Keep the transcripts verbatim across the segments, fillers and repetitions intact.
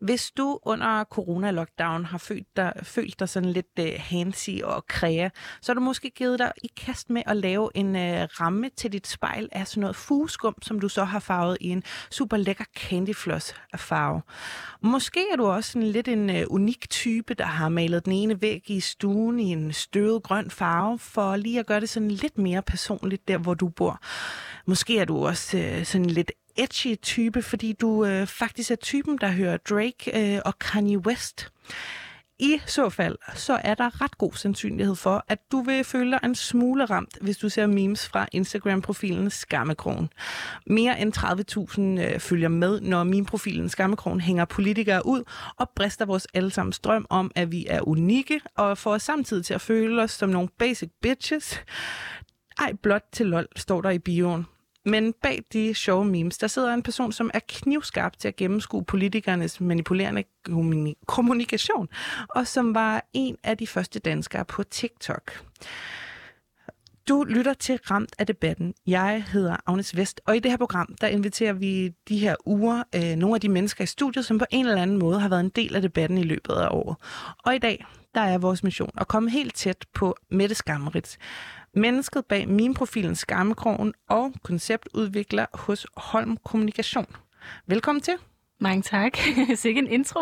Hvis du under corona-lockdown har følt dig, følt dig sådan lidt uh, handsy og kræa, så har du måske givet dig i kast med at lave en uh, ramme til dit spejl af sådan noget fugeskum, som du så har farvet i en super lækker candyfloss farve. Måske er du også sådan lidt en uh, unik type, der har malet den ene væg i stuen i en støvet grøn farve, for lige at gøre det sådan lidt mere personligt der, hvor du bor. Måske er du også uh, sådan lidt edgy type, fordi du øh, faktisk er typen, der hører Drake øh, og Kanye West. I så fald, så er der ret god sandsynlighed for, at du vil føle dig en smule ramt, hvis du ser memes fra Instagram-profilen Skammekrogen. Mere end tredive tusind øh, følger med, når meme-profilen Skammekrogen hænger politikere ud og brister vores allesammens drøm om, at vi er unikke og får os samtidig til at føle os som nogle basic bitches. Ej, blot til lol, står der i bioen. Men bag de sjove memes, der sidder en person, som er knivskarp til at gennemskue politikernes manipulerende kommunikation, og som var en af de første danskere på TikTok. Du lytter til Ramt af debatten. Jeg hedder Agnes Vest, og i det her program, der inviterer vi de her uger øh, nogle af de mennesker i studiet, som på en eller anden måde har været en del af debatten i løbet af året. Og i dag, der er vores mission at komme helt tæt på Mette Skammerits, mennesket bag meme-profilen Skammekrogen og konceptudvikler hos Holm Kommunikation. Velkommen til. Mange tak. Sikke en intro.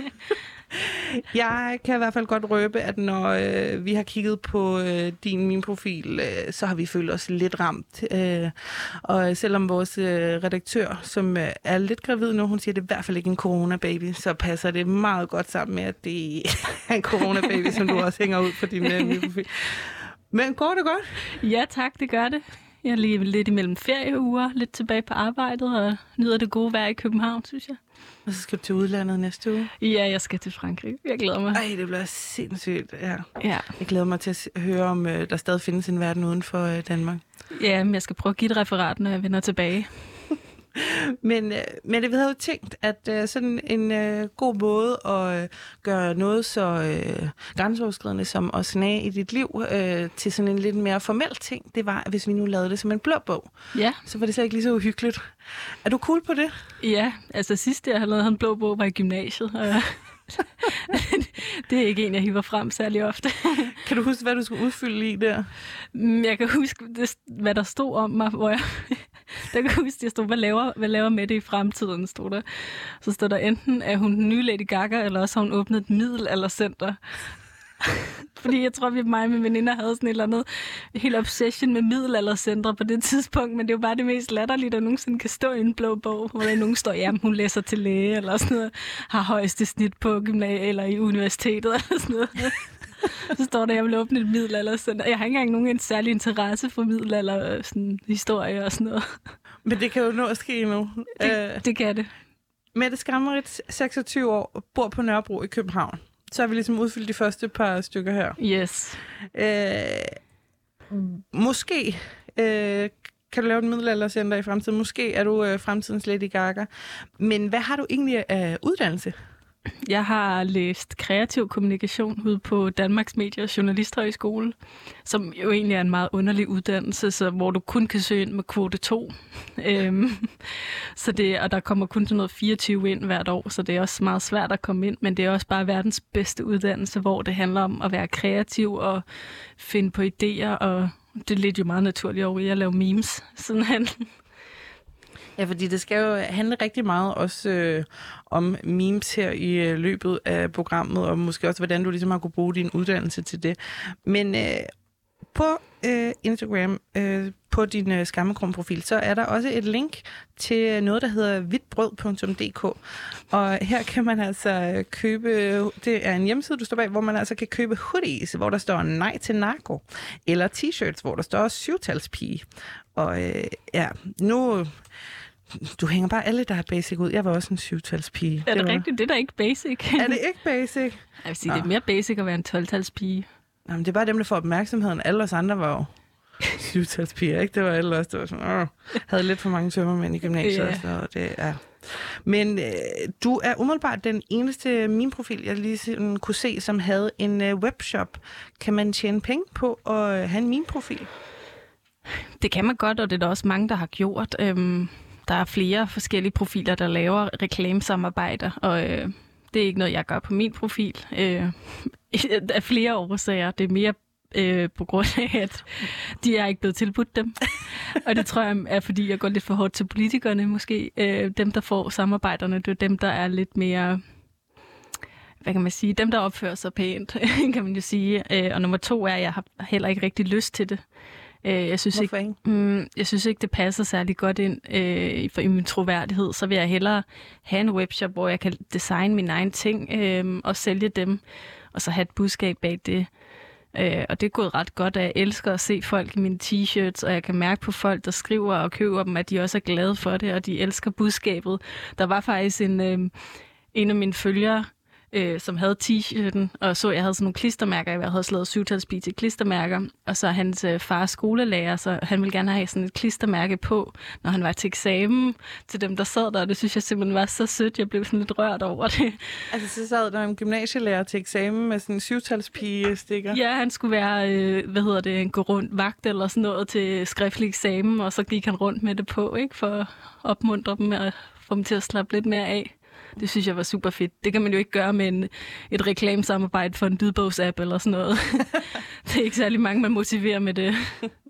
Jeg kan i hvert fald godt røbe, at når øh, vi har kigget på øh, din meme-profil, øh, så har vi følt os lidt ramt. Øh, og selvom vores øh, redaktør, som øh, er lidt gravid nu, hun siger, at det er i hvert fald ikke en corona-baby, så passer det meget godt sammen med, at det er en corona-baby, som du også hænger ud på din øh, meme-profil. Men går det godt? Ja tak, det gør det. Jeg er lige lidt imellem ferieuger, lidt tilbage på arbejdet og nyder det gode vejr i København, synes jeg. Og så skal du til udlandet næste uge? Ja, jeg skal til Frankrig. Jeg glæder mig. Ej, det bliver sindssygt. Ja. Ja. Jeg glæder mig til at høre, om der stadig findes en verden uden for Danmark. Ja, men jeg skal prøve at give et referat, når jeg vender tilbage. Men, men vi havde jo tænkt, at uh, sådan en uh, god måde at uh, gøre noget så uh, grænseoverskridende som at snage i dit liv uh, til sådan en lidt mere formel ting, det var, at hvis vi nu lavede det som en blå bog, ja. Så var det så ikke lige så uhyggeligt. Er du cool på det? Ja, altså sidste jeg havde lavet en blå bog var i gymnasiet, og det er ikke en, jeg hiver frem særlig ofte. Kan du huske, hvad du skulle udfylde i der? Jeg kan huske, det, hvad der stod om mig, hvor jeg... Der kan huske, at jeg stod, hvad laver, hvad laver Mette i fremtiden, stod der. Så stod der enten, at hun den nye Lady Gaga, eller også har hun åbnet et middelaldercenter. Fordi jeg tror, at mig og mine veninder havde sådan et eller andet helt obsession med middelaldercentre på det tidspunkt, men det er jo bare det mest latterlige, der nogensinde kan stå i en blå bog, hvor der nogen står, jamen hun læser til læge, eller sådan noget, har højeste snit på gymnasiet, eller i universitetet, eller sådan noget. Så står der, at jeg vil åbne et middelaldercenter. Jeg har ikke engang nogen særlig interesse for middelalder, sådan, historie og sådan noget. Men det kan jo nå at ske nu. Det, øh, det kan det. Mette Skammerits, seksogtyve år, bor på Nørrebro i København. Så har vi ligesom udfyldt de første par stykker her. Yes. Øh, måske øh, kan du lave et middelaldercenter i fremtiden. Måske er du øh, fremtidens Lady Gaga. Men hvad har du egentlig af uddannelse? Jeg har læst kreativ kommunikation ude på Danmarks Medie- og Journalisthøjskole, som jo egentlig er en meget underlig uddannelse, så hvor du kun kan søge ind med kvote to. øhm, så det, og der kommer kun til noget fireogtyve ind hvert år, så det er også meget svært at komme ind, men det er også bare verdens bedste uddannelse, hvor det handler om at være kreativ og finde på idéer, og det er lidt jo meget naturligt over i at lave memes. Sådan hen. Ja, fordi det skal jo handle rigtig meget også øh, om memes her i øh, løbet af programmet, og måske også, hvordan du ligesom har kunne bruge din uddannelse til det. Men øh, på øh, Instagram, øh, på din øh, Skammekrogen-profil, så er der også et link til noget, der hedder hvidtbrød punktum d k. Og her kan man altså købe, det er en hjemmeside, du står bag, hvor man altså kan købe hoodies, hvor der står nej til narko, eller t-shirts, hvor der står syvtalspige. Og øh, ja, nu... Du hænger bare alle, der er basic ud. Jeg var også en syvtalspige. Er det, det var... rigtigt? Det er da ikke basic. Er det ikke basic? Jeg vil sige, det er mere basic at være en tolv-talspige. Jamen, det er bare dem, der får opmærksomheden. Alle os andre var jo syvtalspiger, ikke? Det var alle os, der var sådan, åh, havde lidt for mange tømmermænd i gymnasiet. Yeah. Så det er... Men øh, du er umiddelbart den eneste meme-profil, jeg lige sådan kunne se, som havde en øh, webshop. Kan man tjene penge på at have en meme-profil? Det kan man godt, og det er der også mange, der har gjort. Øhm, der er flere forskellige profiler, der laver reklamesamarbejder, og øh, det er ikke noget, jeg gør på min profil. Øh, af flere årsager. Det er mere øh, på grund af, at de er ikke blevet tilbudt dem. Og det tror jeg er, fordi jeg går lidt for hårdt til politikerne måske. Øh, dem, der får samarbejderne, det er dem, der er lidt mere... Hvad kan man sige? Dem, der opfører sig pænt, kan man jo sige. Øh, og nummer to er, at jeg har heller ikke rigtig lyst til det. Jeg synes, Hvorfor ikke, ikke? Mm, jeg synes ikke, det passer særlig godt ind øh, for, i min troværdighed. Så vil jeg hellere have en webshop, hvor jeg kan designe mine egne ting øh, og sælge dem, og så have et budskab bag det. Øh, og det er gået ret godt, at jeg elsker at se folk i mine t-shirts, og jeg kan mærke på folk, der skriver og køber dem, at de også er glade for det, og de elsker budskabet. Der var faktisk en, øh, en af mine følgere, Øh, som havde t-shirten, og så jeg havde sådan nogle klistermærker, jeg havde slået syvtalsbi til klistermærker, og så hans øh, far skolelærer, så han ville gerne have sådan et klistermærke på, når han var til eksamen, til dem, der sad der, og det synes jeg simpelthen var så sødt, jeg blev sådan lidt rørt over det. Altså, så sad der en gymnasielærer til eksamen med sådan en syvtalspige-stikker? Ja, han skulle være, øh, hvad hedder det, en gå rundt vagt eller sådan noget til skriftlig eksamen, og så gik han rundt med det på, ikke, for at opmuntre dem og få dem til at slappe lidt mere af. Det synes jeg var super fedt. Det kan man jo ikke gøre med en, et reklamesamarbejde for en lydbogsapp eller sådan noget. Det er ikke særlig mange, man motiverer med det.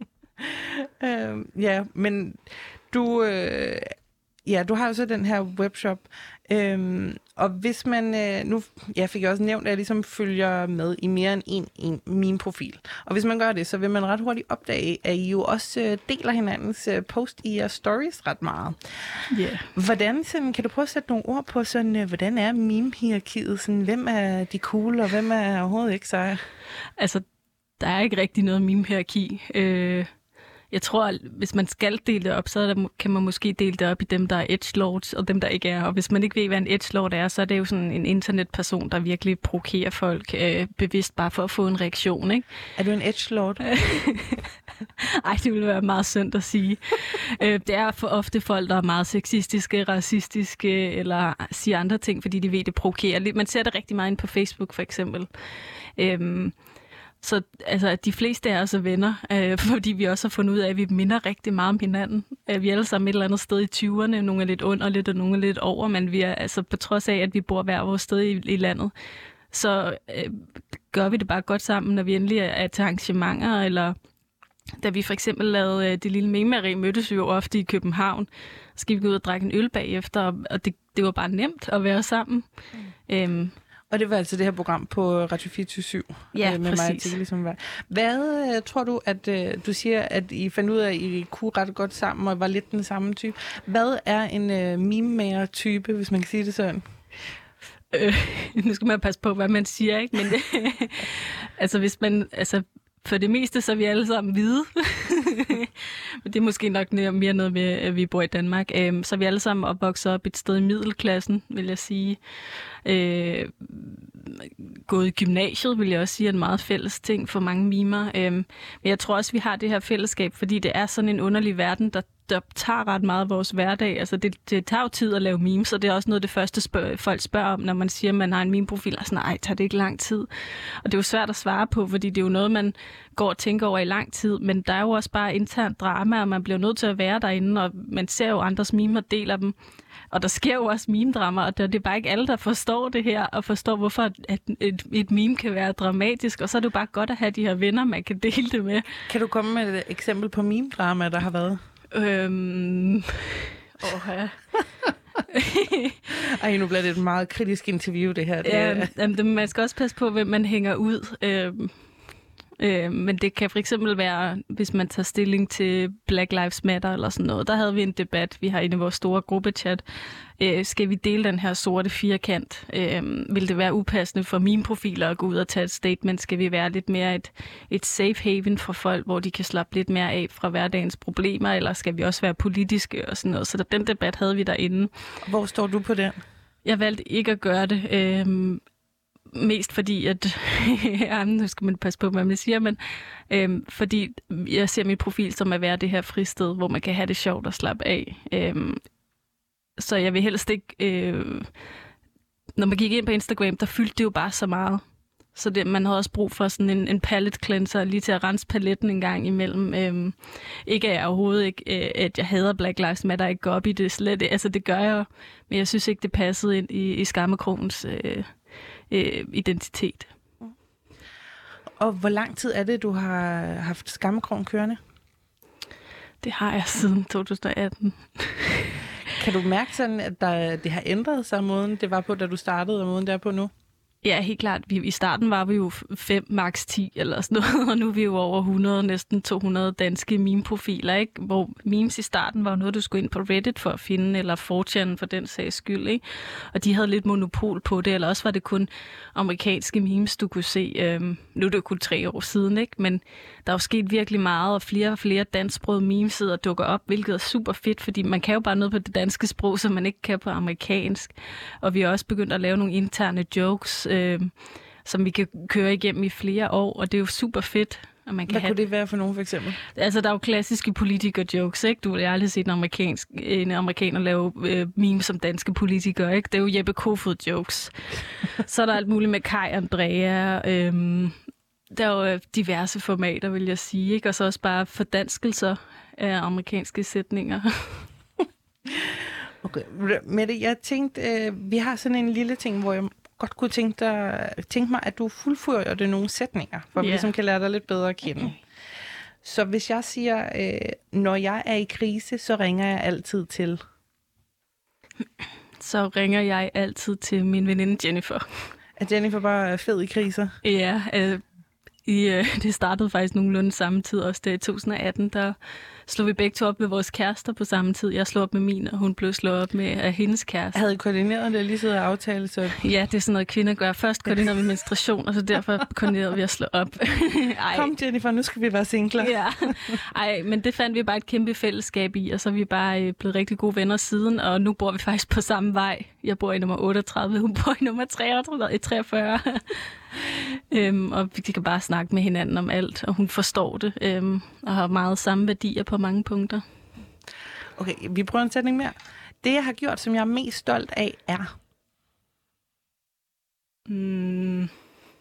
øh, ja, men du, øh, ja, du har jo så den her webshop. Øhm, og hvis man, øh, nu jeg fik jeg også nævnt, at jeg ligesom følger med i mere end en, en min profil. Og hvis man gør det, så vil man ret hurtigt opdage, at I jo også øh, deler hinandens øh, post i jeres stories ret meget. Yeah. Hvordan, sådan, kan du prøve at sætte nogle ord på, sådan, øh, hvordan er meme-hierarkiet? Sådan, hvem er de cool, og hvem er overhovedet ikke seje? Altså, der er ikke rigtig noget meme-hierarki. Øh... Jeg tror, at hvis man skal dele det op, så der, kan man måske dele det op i dem, der er edgelords, og dem, der ikke er. Og hvis man ikke ved, hvad en edgelord er, så er det jo sådan en internetperson, der virkelig provokerer folk øh, bevidst bare for at få en reaktion, ikke? Er du en edgelord? Ej, det ville være meget synd at sige. øh, det er for ofte folk, der er meget sexistiske, racistiske, eller siger andre ting, fordi de ved, det provokerer. Man ser det rigtig meget ind på Facebook, for eksempel. Øhm, Så altså, de fleste af os er venner, øh, fordi vi også har fundet ud af, at vi minder rigtig meget om hinanden. Øh, vi er alle sammen et eller andet sted i tyverne, nogle er lidt under lidt, og nogle er lidt over, men vi er altså på trods af, at vi bor hver vores sted i, i landet, så øh, gør vi det bare godt sammen, når vi endelig er til arrangementer, eller da vi for eksempel lavede øh, Det Lille Memeri, mødtes vi jo ofte i København, så skal vi gå ud og drikke en øl bagefter, og, og det, det var bare nemt at være sammen. Mm. Øhm, Og det var altså det her program på Radio fireogtyve syv. Ja, øh, med præcis. Mig, ligesom var. Hvad øh, tror du, at øh, du siger, at I fandt ud af, at I kunne ret godt sammen og var lidt den samme type. Hvad er en øh, meme-mager-type, hvis man kan sige det sådan? Øh, nu skal man passe på, hvad man siger, ikke? Men altså, hvis man... Altså, for det meste, så er vi alle sammen hvide. Men det er måske nok mere noget med, at vi bor i Danmark. Så er vi alle sammen opvokset op et sted i middelklassen, vil jeg sige. Øh, gået i gymnasiet, vil jeg også sige, er en meget fælles ting for mange mimer. Men jeg tror også, vi har det her fællesskab, fordi det er sådan en underlig verden, der der tager ret meget af vores hverdag. Altså, det, det tager jo tid at lave memes, og det er også noget af det første, spørg, folk spørger om, når man siger, at man har en meme-profil. Og sådan, nej, tager det ikke lang tid? Og det er jo svært at svare på, fordi det er jo noget, man går og tænker over i lang tid, men der er jo også bare internt drama, og man bliver nødt til at være derinde, og man ser jo andres memer og deler dem. Og der sker jo også meme-drama, og det er bare ikke alle, der forstår det her, og forstår, hvorfor et, et, et meme kan være dramatisk, og så er det jo bare godt at have de her venner, man kan dele det med. Kan du komme med et eksempel på meme-drama, der har været? Øhm... Åh, ja. Ej, nu bliver det et meget kritisk interview, det her. Det... Ja, jamen, man skal også passe på, hvem man hænger ud. Øhm, øh, men det kan for eksempel være, hvis man tager stilling til Black Lives Matter eller sådan noget. Der havde vi en debat, vi har inde i vores store gruppechat. Øh, skal vi dele den her sorte firkant? Øh, vil det være upassende for mine profiler at gå ud og tage et statement? Skal vi være lidt mere et, et safe haven for folk, hvor de kan slappe lidt mere af fra hverdagens problemer? Eller skal vi også være politiske og sådan noget? Så der, den debat havde vi derinde. Hvor står du på den? Jeg valgte ikke at gøre det. Øh, mest fordi, at... ja, nu skal man passe på, hvad man siger, men øh, fordi jeg ser min profil som at være det her fristed, hvor man kan have det sjovt og slappe af. Øh, Så jeg vil helst ikke... Øh, når man gik ind på Instagram, der fyldte det jo bare så meget. Så det, man havde også brug for sådan en, en palette cleanser, lige til at rense paletten en gang imellem. Øhm, ikke at jeg overhovedet ikke, øh, at jeg hader Black Lives Matter, ikke går op i det slet. Altså det gør jeg, men jeg synes ikke, det passede ind i, i Skammekrogens øh, øh, identitet. Og hvor lang tid er det, du har haft Skammekrogen kørende? Det har jeg siden to tusind atten. Kan du mærke sådan, at der, det har ændret sig, måden det var på, da du startede, og måden det er på nu? Ja, helt klart. Vi, I starten var vi jo fem, max ti eller sådan noget, og nu er vi jo over hundrede, næsten to hundrede danske meme-profiler, ikke? Hvor memes i starten var jo noget, du skulle ind på Reddit for at finde, eller four chan for den sags skyld, ikke? Og de havde lidt monopol på det, eller også var det kun amerikanske memes, du kunne se. Øhm, nu er det jo kun tre år siden, ikke? Men der er jo sket virkelig meget, og flere og flere dansksprogede memes sidder og dukker op, hvilket er super fedt, fordi man kan jo bare noget på det danske sprog, som man ikke kan på amerikansk. Og vi har også begyndt at lave nogle interne jokes, øh, som vi kan køre igennem i flere år, og det er jo super fedt. Og man kan Hvad have... kunne det være for nogen, for eksempel? Altså, der er jo klassiske politiker-jokes, ikke? Du har aldrig set en, amerikansk, en amerikaner lave øh, memes som danske politikere, ikke? Det er jo Jeppe Kofod-jokes. Så er der alt muligt med Kai Andrea. Øhm, der er jo diverse formater, vil jeg sige, ikke? Og så også bare fordanskelser af amerikanske sætninger. Okay. Mette, jeg tænkte, øh, vi har sådan en lille ting, hvor jeg godt kunne tænke, dig, tænke mig, at du fuldfører det nogle sætninger, for yeah. vi ligesom kan lære dig lidt bedre at kende. Så hvis jeg siger, øh, når jeg er i krise, så ringer jeg altid til? Så ringer jeg altid til min veninde Jennifer. Er Jennifer bare fed i kriser? Ja, øh, i, øh, det startede faktisk nogenlunde samme tid, også det i to tusind atten, der slog vi begge to op med vores kærester på samme tid. Jeg slog op med min, og hun blev slået op med af hendes kæreste. Havde I koordineret det lige siddet og aftalt? Så... Ja, det er sådan noget, kvinder gør. Først koordinerer vi menstruation, og så derfor koordinerede vi at slå op. Kom Jennifer, nu skal vi være singler. Ja. Ej, men det fandt vi bare et kæmpe fællesskab i, og så er vi bare blevet rigtig gode venner siden, og nu bor vi faktisk på samme vej. Jeg bor i nummer otteogtredive, hun bor i nummer treogfyrre. Øhm, og vi kan bare snakke med hinanden om alt, og hun forstår det, øhm, og har meget samme værdier på mange punkter. Okay, vi prøver en sætning mere. Det, jeg har gjort, som jeg er mest stolt af, er? Mm.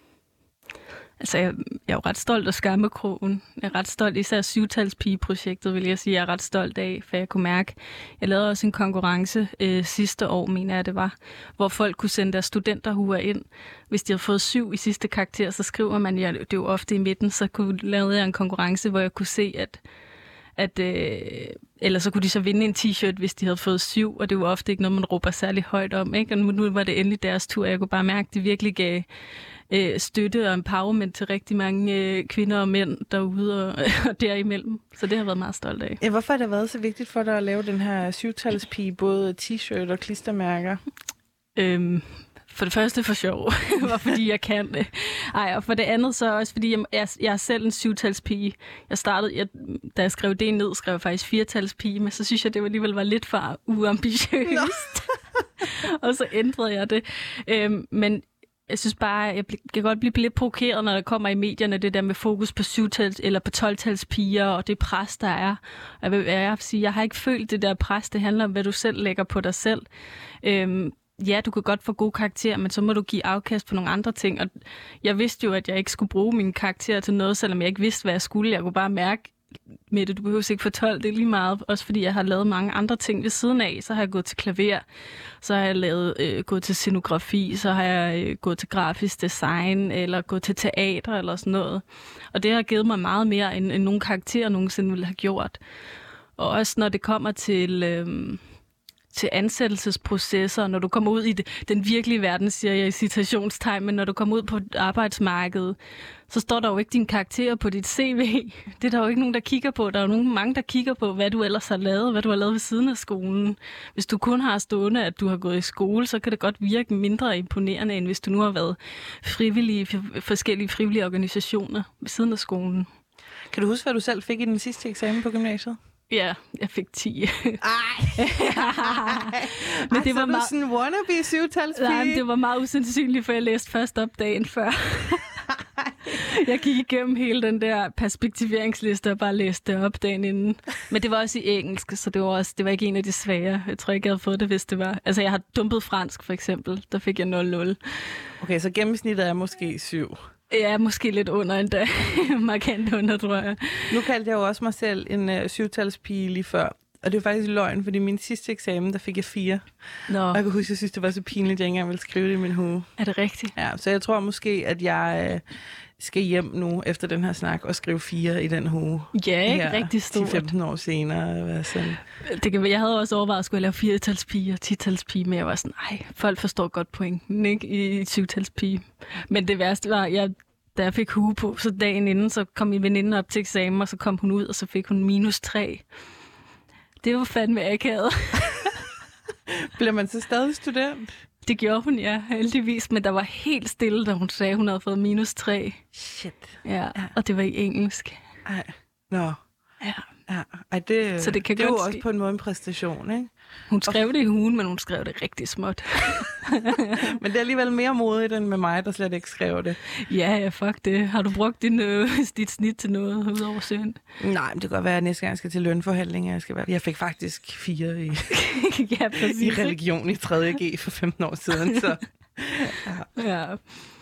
Altså, jeg, jeg er jo ret stolt af Skammekrogen. Jeg er ret stolt, især syvtalspige-projektet, vil jeg sige, jeg er ret stolt af, for jeg kunne mærke. Jeg lavede også en konkurrence øh, sidste år, mener jeg det var, hvor folk kunne sende deres studenterhuer ind. Hvis de havde fået syv i sidste karakter, så skriver man, ja, det er jo ofte i midten, så kunne lavede jeg en konkurrence, hvor jeg kunne se, at at, øh, eller så kunne de så vinde en t-shirt, hvis de havde fået syv, og det var ofte ikke noget, man råber særlig højt om, ikke? Og nu, nu var det endelig deres tur, og jeg kunne bare mærke, at det virkelig gav øh, støtte og empowerment til rigtig mange øh, kvinder og mænd derude og, og derimellem. Så det har jeg været meget stolt af. Ja, hvorfor har det været så vigtigt for dig at lave den her syvtalspige, både t-shirt og klistermærker? Øhm, For det første for sjov, fordi jeg kan det. Ej, og for det andet så også, fordi jeg, jeg, jeg er selv en syvtalspige. Jeg startede, jeg, da jeg skrev det ned, skrev jeg faktisk firetalspige, men så synes jeg, det alligevel var lidt for uambitiøst. Og så ændrede jeg det. Øhm, men jeg synes bare, jeg kan godt blive lidt provokeret, når der kommer i medierne det der med fokus på syvtals eller på tolvtalspiger og det pres, der er. Jeg vil, jeg vil sige, jeg har ikke følt det der pres. Det handler om, hvad du selv lægger på dig selv. Øhm, Ja, du kan godt få gode karakterer, men så må du give afkast på nogle andre ting. Og jeg vidste jo, at jeg ikke skulle bruge mine karakterer til noget, selvom jeg ikke vidste, hvad jeg skulle. Jeg kunne bare mærke, Mette, du behøver ikke fortælle det lige meget. Også fordi jeg har lavet mange andre ting ved siden af. Så har jeg gået til klaver, så har jeg lavet, øh, gået til scenografi, så har jeg øh, gået til grafisk design, eller gået til teater eller sådan noget. Og det har givet mig meget mere, end, end nogle karakterer nogensinde ville have gjort. Og også når det kommer til... Øh, til ansættelsesprocesser, når du kommer ud i det, den virkelige verden, siger jeg i citationstegn, men når du kommer ud på arbejdsmarkedet, så står der jo ikke dine karakterer på dit C V. Det er der jo ikke nogen, der kigger på. Der er jo nogen, mange, der kigger på, hvad du ellers har lavet, hvad du har lavet ved siden af skolen. Hvis du kun har stående, at du har gået i skole, så kan det godt virke mindre imponerende, end hvis du nu har været frivillig i forskellige frivillige organisationer ved siden af skolen. Kan du huske, hvad du selv fik i den sidste eksamen på gymnasiet? Ja, jeg fik ti. Ej! Men det var meget sådan en wannabe syvtalspige. Nej, det var meget usandsynligt, for jeg læste først op dagen før. Jeg gik igennem hele den der perspektiveringsliste og bare læste det op dagen inden. Men det var også i engelsk, så det var, også, det var ikke en af de svære. Jeg tror ikke, jeg havde fået det, hvis det var. Altså, jeg har dumpet fransk, for eksempel. Der fik jeg nul nul. Okay, så gennemsnittet er måske syv. Ja, måske lidt under endda. Markant under, tror jeg. Nu kaldte jeg jo også mig selv en uh, syvtalspige lige før. Og det var faktisk løgn, fordi min sidste eksamen, der fik jeg fire. Nå. Og jeg kan huske, jeg synes, det var så pinligt, at jeg ikke engang ville skrive det i min hue. Er det rigtigt? Ja, så jeg tror måske, at jeg øh, skal hjem nu efter den her snak og skrive fire i den hue. Ja, ikke rigtig stort. ti til femten år senere. Sådan. Det kan, jeg havde også overvejet, at skulle jeg lave firetalspige og titalspige, men jeg var sådan, nej, folk forstår godt pointen, ikke, i syvtalspige. Men det værste var, jeg, da jeg fik hue på, så dagen inden, så kom min veninde op til eksamen, og så kom hun ud, og så fik hun minus tre. Det var fandme akavet. Bliver man så stadig student? Det gjorde hun, ja, heldigvis, men der var helt stille, da hun sagde, hun havde fået minus tre. Shit. Ja, ja. Og det var i engelsk. Ej, nå. Ja. Ja. Ej, det, så det, kan det er jo ske. også på en måde en præstation, ikke? Hun skrev det i hugen, men hun skrev det rigtig småt. Men det er alligevel mere modigt end med mig, der slet ikke skrev det. Ja, ja, fuck det. Har du brugt din, øh, dit snit til noget udover synd? Nej, men det kan godt være, at næste gang jeg skal til lønforhandlinger. Jeg, skal være... jeg fik faktisk fire i, ja, præcis, i religion i tredje G for femten år siden. Så. Ja. ja.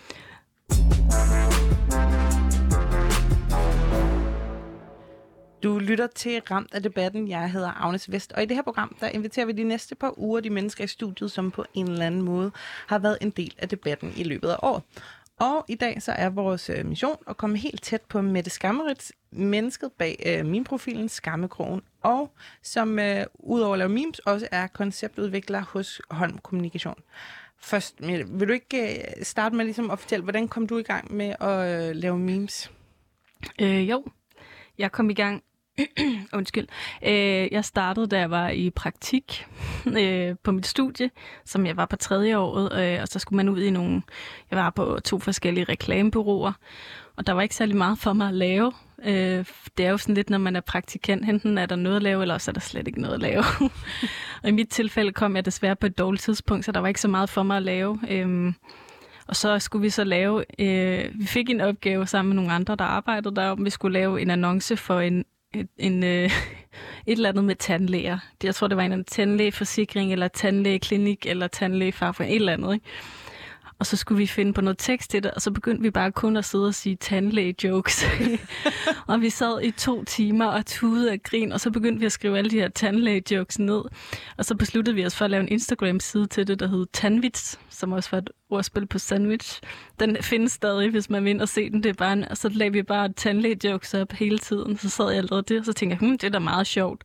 Du lytter til Ramt af debatten. Jeg hedder Agnes Vest, og i det her program, der inviterer vi de næste par uger de mennesker i studiet, som på en eller anden måde har været en del af debatten i løbet af året. Og i dag så er vores mission at komme helt tæt på Mette Skammerits, mennesket bag øh, meme-profilen Skammekrogen, og som øh, udover at lave memes, også er konceptudvikler hos Holm Kommunikation. Først, Mette, vil du ikke øh, starte med ligesom at fortælle, hvordan kom du i gang med at øh, lave memes? Øh, jo, jeg kom i gang. Undskyld. Øh, jeg startede, da jeg var i praktik øh, på mit studie, som jeg var på tredje året, øh, og så skulle man ud i nogle... Jeg var på to forskellige reklamebureauer, og der var ikke særlig meget for mig at lave. Øh, det er jo sådan lidt, når man er praktikant, enten er der noget at lave, eller også er der slet ikke noget at lave. Og i mit tilfælde kom jeg desværre på et dårligt tidspunkt, så der var ikke så meget for mig at lave. Øh, Og så skulle vi så lave... Øh, vi fik en opgave sammen med nogle andre, der arbejdede der, om vi skulle lave en annonce for en En, en, øh, et eller andet med tandlæger. Jeg tror, det var en tandlægeforsikring, eller tandlægeklinik, eller tandlægefagforening, et eller andet, ikke? Og så skulle vi finde på noget tekst til det, og så begyndte vi bare kun at sidde og sige tandlæge-jokes. Og vi sad i to timer og tudede af grin, og så begyndte vi at skrive alle de her tandlæge-jokes ned. Og så besluttede vi os for at lave en Instagram-side til det, der hed Tandvits, som også var et ordspil på sandwich. Den findes stadig, hvis man vil ind og se den. Det er bare en, og så lagde vi bare tandlæge-jokes op hele tiden. Så sad jeg og lavede det, og så tænkte jeg, hm, det er da meget sjovt.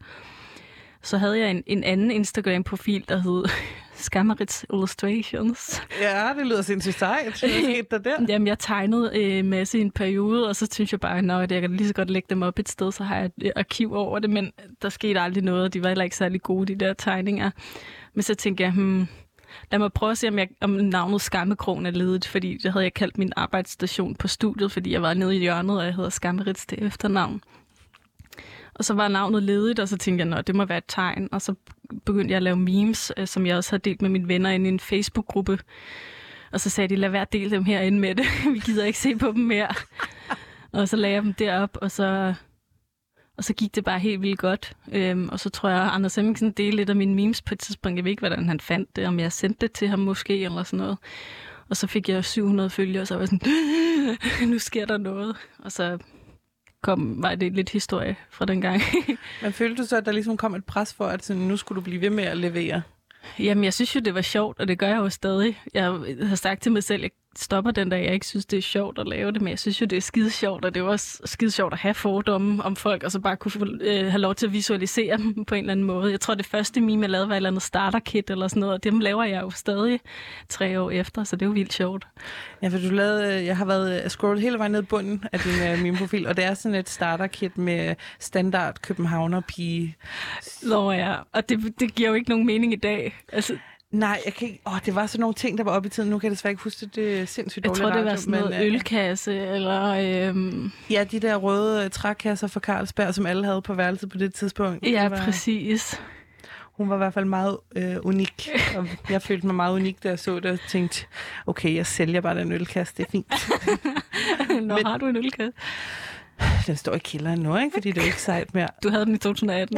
Så havde jeg en, en anden Instagram-profil, der hed Skammerits Illustrations. Ja, det lyder sindssygt sejt. Hvad skete der der? Jamen, jeg tegnede en masse i en periode, og så synes jeg bare, at jeg kan lige så godt lægge dem op et sted, så har jeg et arkiv over det, men der skete aldrig noget, de var heller ikke særlig gode, de der tegninger. Men så tænkte jeg, hmm, lad mig prøve at se, om, jeg, om navnet Skammekrogen er ledigt, fordi det havde jeg kaldt min arbejdsstation på studiet, fordi jeg var nede i hjørnet, og jeg hedder Skammerits til efternavn. Og så var navnet ledigt, og så tænkte jeg, at det må være et tegn. Og så begyndte jeg at lave memes, som jeg også har delt med mine venner inde i en Facebook-gruppe. Og så sagde de, lad være at dele dem herinde med det. Vi gider ikke se på dem mere. Og så lagde jeg dem derop, og så, og så gik det bare helt vildt godt. Øhm, og så tror jeg, at Anders Hemmingsen delte lidt af mine memes på et tidspunkt. Jeg ved ikke, hvordan han fandt det, om jeg sendte det til ham måske, eller sådan noget. Og så fik jeg syv hundrede følgere, og så var jeg sådan, nu sker der noget. Og så... kom, var det lidt historie fra den gang. Men følte du så, at der ligesom kom et pres for, at sådan, nu skulle du blive ved med at levere? Jamen, jeg synes jo, det var sjovt, og det gør jeg jo stadig. Jeg har sagt til mig selv, at jeg stopper den dag, jeg ikke synes, det er sjovt at lave det, men jeg synes jo, det er skide sjovt, og det er også skide sjovt at have fordomme om folk, og så bare kunne øh, have lov til at visualisere dem på en eller anden måde. Jeg tror, det første meme, jeg lavede, var et eller andet starter-kit eller sådan noget, og dem laver jeg jo stadig tre år efter, så det er jo vildt sjovt. Ja, for du lavede, jeg har været scrollet hele vejen ned i bunden af din uh, meme-profil, og det er sådan et starter-kit med standard københavner-pige. Nå ja, og det, det giver jo ikke nogen mening i dag. Altså, nej, jeg kan ikke... Åh, det var sådan nogle ting, der var oppe i tiden. Nu kan jeg desværre ikke huske det. Det er sindssygt dårligt. Jeg tror, det var sådan radio, noget men, ølkasse, eller... Øhm... Ja, de der røde uh, trækasser fra Carlsberg, som alle havde på værelset på det tidspunkt. Ja, det var... præcis. hun var i hvert fald meget øh, unik. Og jeg følte mig meget unik, da jeg så det, og tænkte, okay, jeg sælger bare den ølkasse, det er fint. Nå, men, har du en ølkasse? Den står i kælderen nu, ikke? Fordi det er ikke sejt mere. Du havde den i to tusind atten.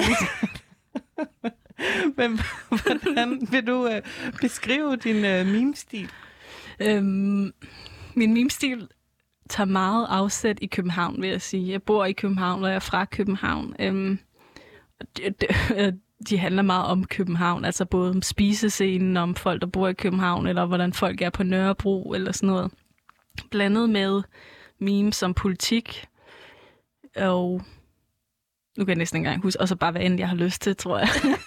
Men hvordan vil du øh, beskrive din øh, meme-stil? Øhm, min meme-stil tager meget afsæt i København, vil jeg sige. Jeg bor i København, og jeg er fra København. Øhm, de, de, de handler meget om København, altså både om spisescenen, om folk, der bor i København, eller hvordan folk er på Nørrebro, eller sådan noget. Blandet med memes om politik, og nu kan jeg næsten ikke engang huske, og så bare hvad end jeg har lyst til, tror jeg.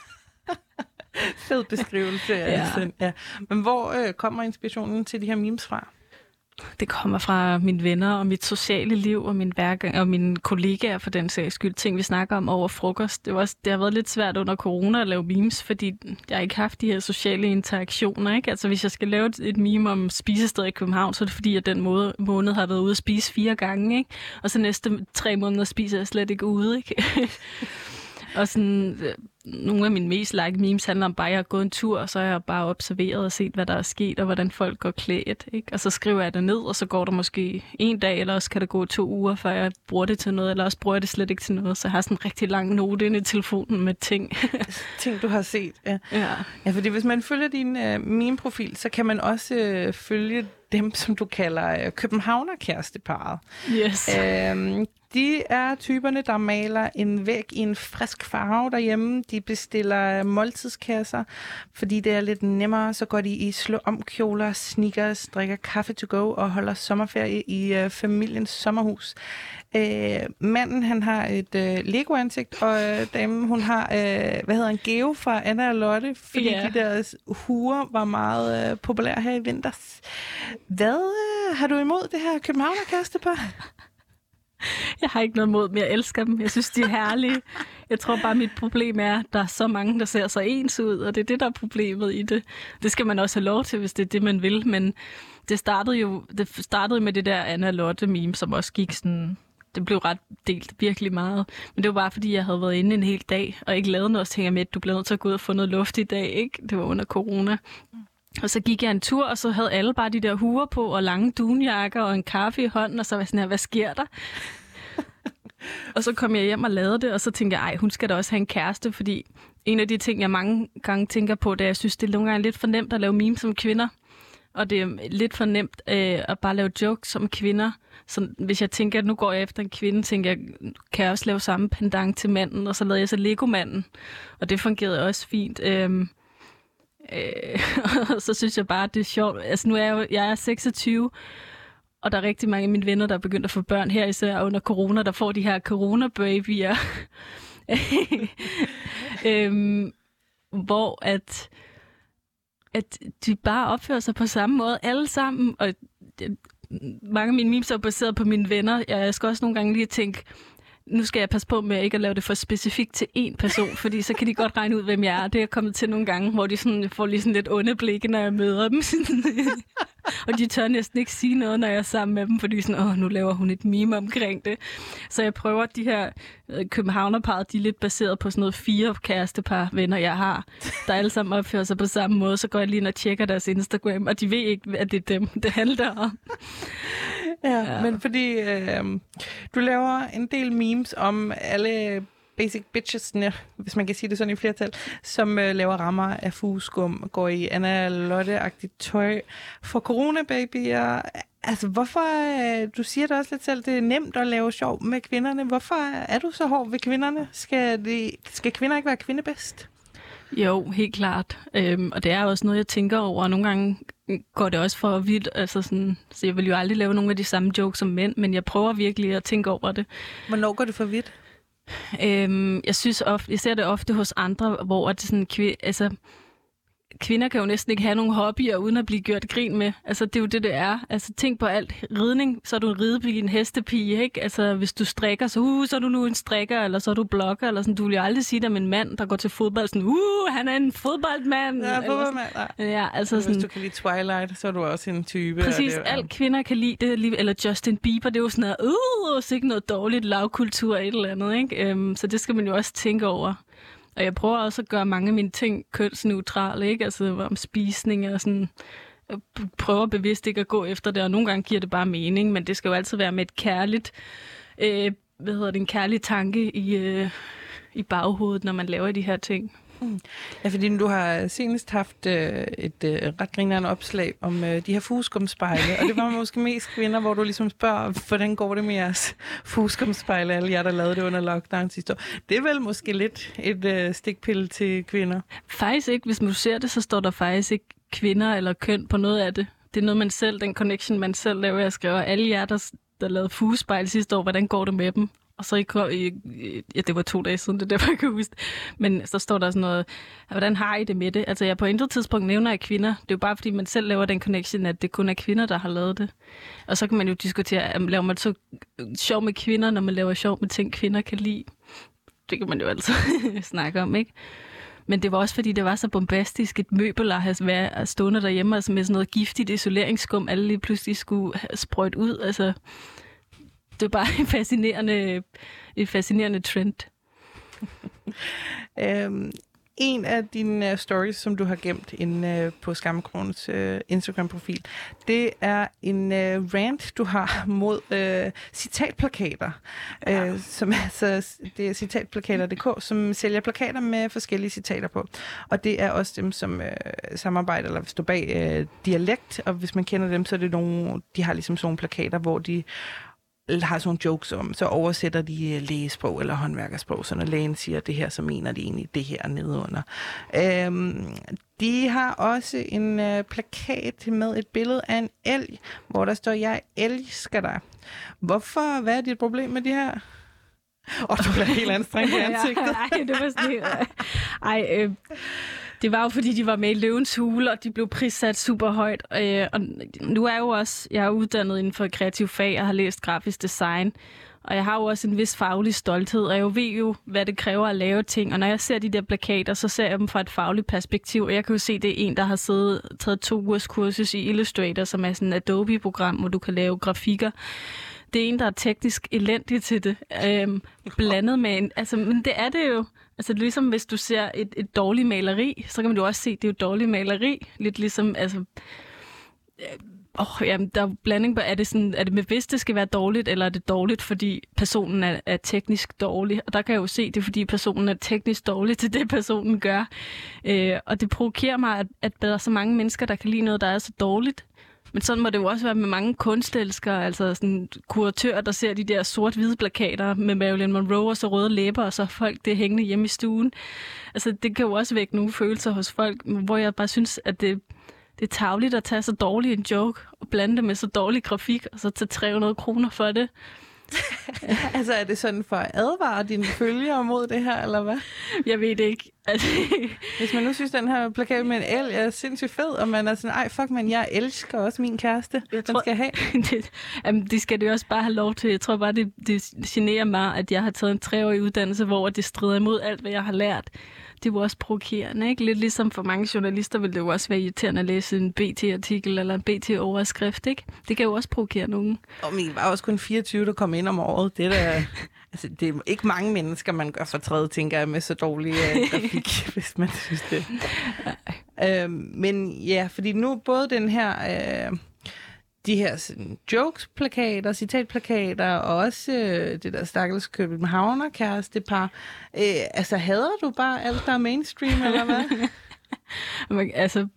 Fed beskrivelse. Ja. Altså. Ja. Men hvor øh, kommer inspirationen til de her memes fra? Det kommer fra mine venner og mit sociale liv og min hverdag og mine kollegaer for den sags skyld. Ting, vi snakker om over frokost. Det, var også, det har været lidt svært under corona at lave memes, fordi jeg ikke har haft de her sociale interaktioner. Ikke? Altså hvis jeg skal lave et, et meme om spisesteder i København, så er det fordi, at den måde, måned har været ude at spise fire gange. Ikke? Og så næste tre måneder spiser jeg slet ikke ude. Ikke? Og sådan, nogle af mine mest like memes handler om bare, at jeg har gået en tur, og så har jeg bare observeret og set, hvad der er sket, og hvordan folk går klædt. Ikke? Og så skriver jeg det ned, og så går der måske en dag, eller også kan det gå to uger, før jeg bruger det til noget, eller også bruger jeg det slet ikke til noget. Så jeg har sådan en rigtig lang note inde i telefonen med ting. Ting, du har set, ja. Ja, ja fordi hvis man følger din uh, meme-profil, så kan man også uh, følge dem, som du kalder uh, Københavner-kæresteparret. yes. Øhm, De er typerne, der maler en væg i en frisk farve derhjemme. De bestiller måltidskasser, fordi det er lidt nemmere. Så går de i slå-om-kjoler, sneakers, drikker kaffe to go og holder sommerferie i øh, familiens sommerhus. Øh, manden, han har et øh, Lego-ansigt, og øh, damen, hun har, øh, hvad hedder en Geo fra Anna og Lotte, fordi yeah. de der huer var meget øh, populære her i vinters. Hvad øh, har du imod det her Københavner-kærestepar? Jeg har ikke noget mod, men jeg elsker dem. Jeg synes, de er herlige. Jeg tror bare, mit problem er, at der er så mange, der ser så ens ud, og det er det, der er problemet i det. Det skal man også have lov til, hvis det er det, man vil, men det startede jo det startede med det der Anna Lotte meme, som også gik sådan... Det blev ret delt virkelig meget. Men det var bare, fordi jeg havde været inde en hel dag, og ikke lavet noget, så tænkte jeg med, at du bliver nødt til at gå ud og få noget luft i dag, ikke? Det var under corona. Og så gik jeg en tur, og så havde alle bare de der huer på, og lange dunjakker, og en kaffe i hånden, og så var jeg sådan her, hvad sker der? Og så kom jeg hjem og lavede det, og så tænkte jeg, ej, hun skal da også have en kæreste, fordi en af de ting, jeg mange gange tænker på, det er, jeg synes, det er nogle gange lidt for nemt at lave memes som kvinder. Og det er lidt for nemt øh, at bare lave jokes som kvinder. Så hvis jeg tænker, at nu går jeg efter en kvinde, tænker jeg, kan jeg også lave samme pendant til manden, og så lavede jeg så Lego-manden. Og det fungerede også fint. Øhm, øh, og så synes jeg bare, at det er sjovt. Altså nu er jeg jo, jeg er seksogtyve, og der er rigtig mange af mine venner, der er begyndt at få børn her, især under corona, der får de her corona-babyer. øhm, hvor at, at de bare opfører sig på samme måde, alle sammen. Og det, mange af mine memes er baseret på mine venner. Jeg skal også nogle gange lige tænke, nu skal jeg passe på med ikke at lave det for specifikt til én person, fordi så kan de godt regne ud, hvem jeg er. Det er jeg kommet til nogle gange, hvor de sådan, får lige sådan lidt onde blikke, når jeg møder dem. Og de tør næsten ikke sige noget, når jeg er sammen med dem, fordi sådan, åh, nu laver hun et meme omkring det. Så jeg prøver, de her københavnerparret, de er lidt baseret på sådan noget fire kærestepar venner, jeg har, der alle sammen opfører sig på samme måde. Så går jeg lige ind og tjekker deres Instagram, og de ved ikke, at det er dem, det handler om. Ja, ja. Men fordi øh, du laver en del memes om alle basic bitchesne, hvis man kan sige det sådan i flertal, som øh, laver rammer af fugeskum, går i Anna Lotte-agtigt tøj for corona-babyer. Altså, hvorfor, øh, du siger det også lidt selv, det er nemt at lave sjov med kvinderne. Hvorfor er du så hård ved kvinderne? Skal, de, skal kvinder ikke være kvindebedst? Jo, helt klart. Øhm, og det er også noget, jeg tænker over, og nogle gange går det også for vildt. Altså sådan, så jeg vil jo aldrig lave nogle af de samme jokes som mænd, men jeg prøver virkelig at tænke over det. Hvornår går det for vidt? Øhm, jeg synes ofte, jeg ser det ofte hos andre, hvor det sådan, kv- altså, kvinder kan jo næsten ikke have nogen hobbyer, uden at blive gjort grin med. Altså, det er jo det, det er. Altså, tænk på alt. Ridning, så er du en ridepige, en hestepige, ikke? Altså, hvis du strikker, så, uh, så er du nu en strikker, eller så er du blogger, eller sådan. Du vil jo aldrig sige dig med en mand, der går til fodbold, sådan, uh, han er en fodboldmand. Ja, fodboldmand, ja. Ja, altså sådan. Hvis du kan lide Twilight, så er du også en type. Præcis, det, alle kvinder kan lide det, eller Justin Bieber, det er jo sådan noget, uh, så ikke noget dårligt lavkultur, et eller andet, ikke? Um, så det skal man jo også tænke over. Og jeg prøver også at gøre mange af mine ting kønsneutrale, ikke? Altså om spisning og sådan. Jeg prøver bevidst ikke at gå efter det, og nogle gange giver det bare mening, men det skal jo altid være med et kærligt, øh, hvad hedder det, en kærlig tanke i, øh, i baghovedet, når man laver de her ting. Mm. Ja, fordi du har senest haft øh, et øh, ret grinerende opslag om øh, de her fugeskumspejle, og det var måske mest kvinder, hvor du ligesom spørger, hvordan går det med jeres fugeskumspejle, alle jer, der lavede det under lockdown sidste år. Det er vel måske lidt et øh, stikpille til kvinder? Faktisk ikke. Hvis man ser det, så står der faktisk ikke kvinder eller køn på noget af det. Det er noget, man selv, den connection, man selv laver. Jeg skriver, alle jer, der, der lavede fugespejl sidste år, hvordan går det med dem? Og så i, ja, det var to dage siden, det er derfor, jeg kan huske. Men så står der sådan noget, hvordan har I det med det? Altså, jeg på intet tidspunkt nævner jeg kvinder. Det er jo bare, fordi man selv laver den connection, at det kun er kvinder, der har lavet det. Og så kan man jo diskutere, laver man så sjov med kvinder, når man laver sjov med ting, kvinder kan lide? Det kan man jo altid snakke om, ikke? Men det var også, fordi det var så bombastisk et møbel at have været stående derhjemme, altså med sådan noget giftigt isoleringsskum, alle lige pludselig skulle sprøjte ud, altså. Det er bare en fascinerende, en fascinerende trend. øhm, en af dine uh, stories, som du har gemt inde uh, på Skammekrogens uh, Instagram-profil, det er en uh, rant, du har mod uh, citatplakater. Ja. Uh, som altså, det er citatplakater punktum d k, som sælger plakater med forskellige citater på. Og det er også dem, som uh, samarbejder eller står bag uh, Dialekt. Og hvis man kender dem, så er det nogle, de har ligesom sådan nogle plakater, hvor de har sådan nogle jokes om, så oversætter de lægesprog eller håndværkersprog, så når lægen siger det her, så mener de egentlig det her nedenunder. Øhm, de har også en øh, plakat med et billede af en elg, hvor der står, jeg elsker dig. Hvorfor? Hvad er dit problem med de her? Åh, oh, du bliver helt anstrengt i ansigtet. Ej, det var sådan Ej, øh, det var jo, fordi de var med i Løvens Hule, og de blev prissat super højt. Øh, og nu er jeg jo også, jeg er uddannet inden for kreativ fag, og har læst grafisk design. Og jeg har jo også en vis faglig stolthed, og jeg ved jo, hvad det kræver at lave ting. Og når jeg ser de der plakater, så ser jeg dem fra et fagligt perspektiv. Og jeg kan jo se, det er en, der har siddet, taget to ugers kursus i Illustrator, som er sådan et Adobe-program, hvor du kan lave grafikker. Det er en, der er teknisk elendig til det. Øhm, blandet med en... Altså, men det er det jo. Altså, det er ligesom, hvis du ser et, et dårligt maleri, så kan man jo også se, at det er jo dårligt maleri. Lidt ligesom, altså... Åh, jamen, der er blanding på, er det, sådan, er det med hvis det skal være dårligt, eller er det dårligt, fordi personen er, er teknisk dårlig? Og der kan jeg jo se, det er, fordi personen er teknisk dårlig til det, personen gør. Øh, og det provokerer mig, at, at der er så mange mennesker, der kan lide noget, der er så dårligt. Men sådan må det jo også være med mange kunstelskere, altså sådan kuratører, der ser de der sort-hvide plakater med Marilyn Monroe og så røde læber, og så folk det hængende hjemme i stuen. Altså, det kan jo også vække nogle følelser hos folk, hvor jeg bare synes, at det, det er tarveligt at tage så dårlig en joke og blande det med så dårlig grafik, og så tage tre hundrede kroner for det. Altså, er det sådan for at advare dine følgere mod det her, eller hvad? Jeg ved det ikke. Altså... Hvis man nu synes, den her plakat med en elg er sindssygt fed, og man er sådan, ej, fuck man, jeg elsker også min kæreste. Jeg den tror, skal have. det, jamen, det skal det også bare have lov til. Jeg tror bare, det, det generer mig, at jeg har taget en treårig uddannelse, hvor det strider imod alt, hvad jeg har lært. Det var også provokerende, ikke? Lidt ligesom for mange journalister vil det jo også være irriterende at læse en B T-artikel eller en B T-overskrift, ikke? Det kan jo også provokere nogen. Og min var også kun fireogtyve, der kom ind om året. Det er, der, altså, det er ikke mange mennesker, man gør fortræde, tænker jeg, med så dårlig uh, grafik, hvis man synes det. uh, men ja, fordi nu både den her... Uh, de her sådan, jokes-plakater, citatplakater, og også øh, det der stakkels københavner-kærestepar. Øh, altså, hader du bare alt, der er mainstream, eller hvad? Men, altså,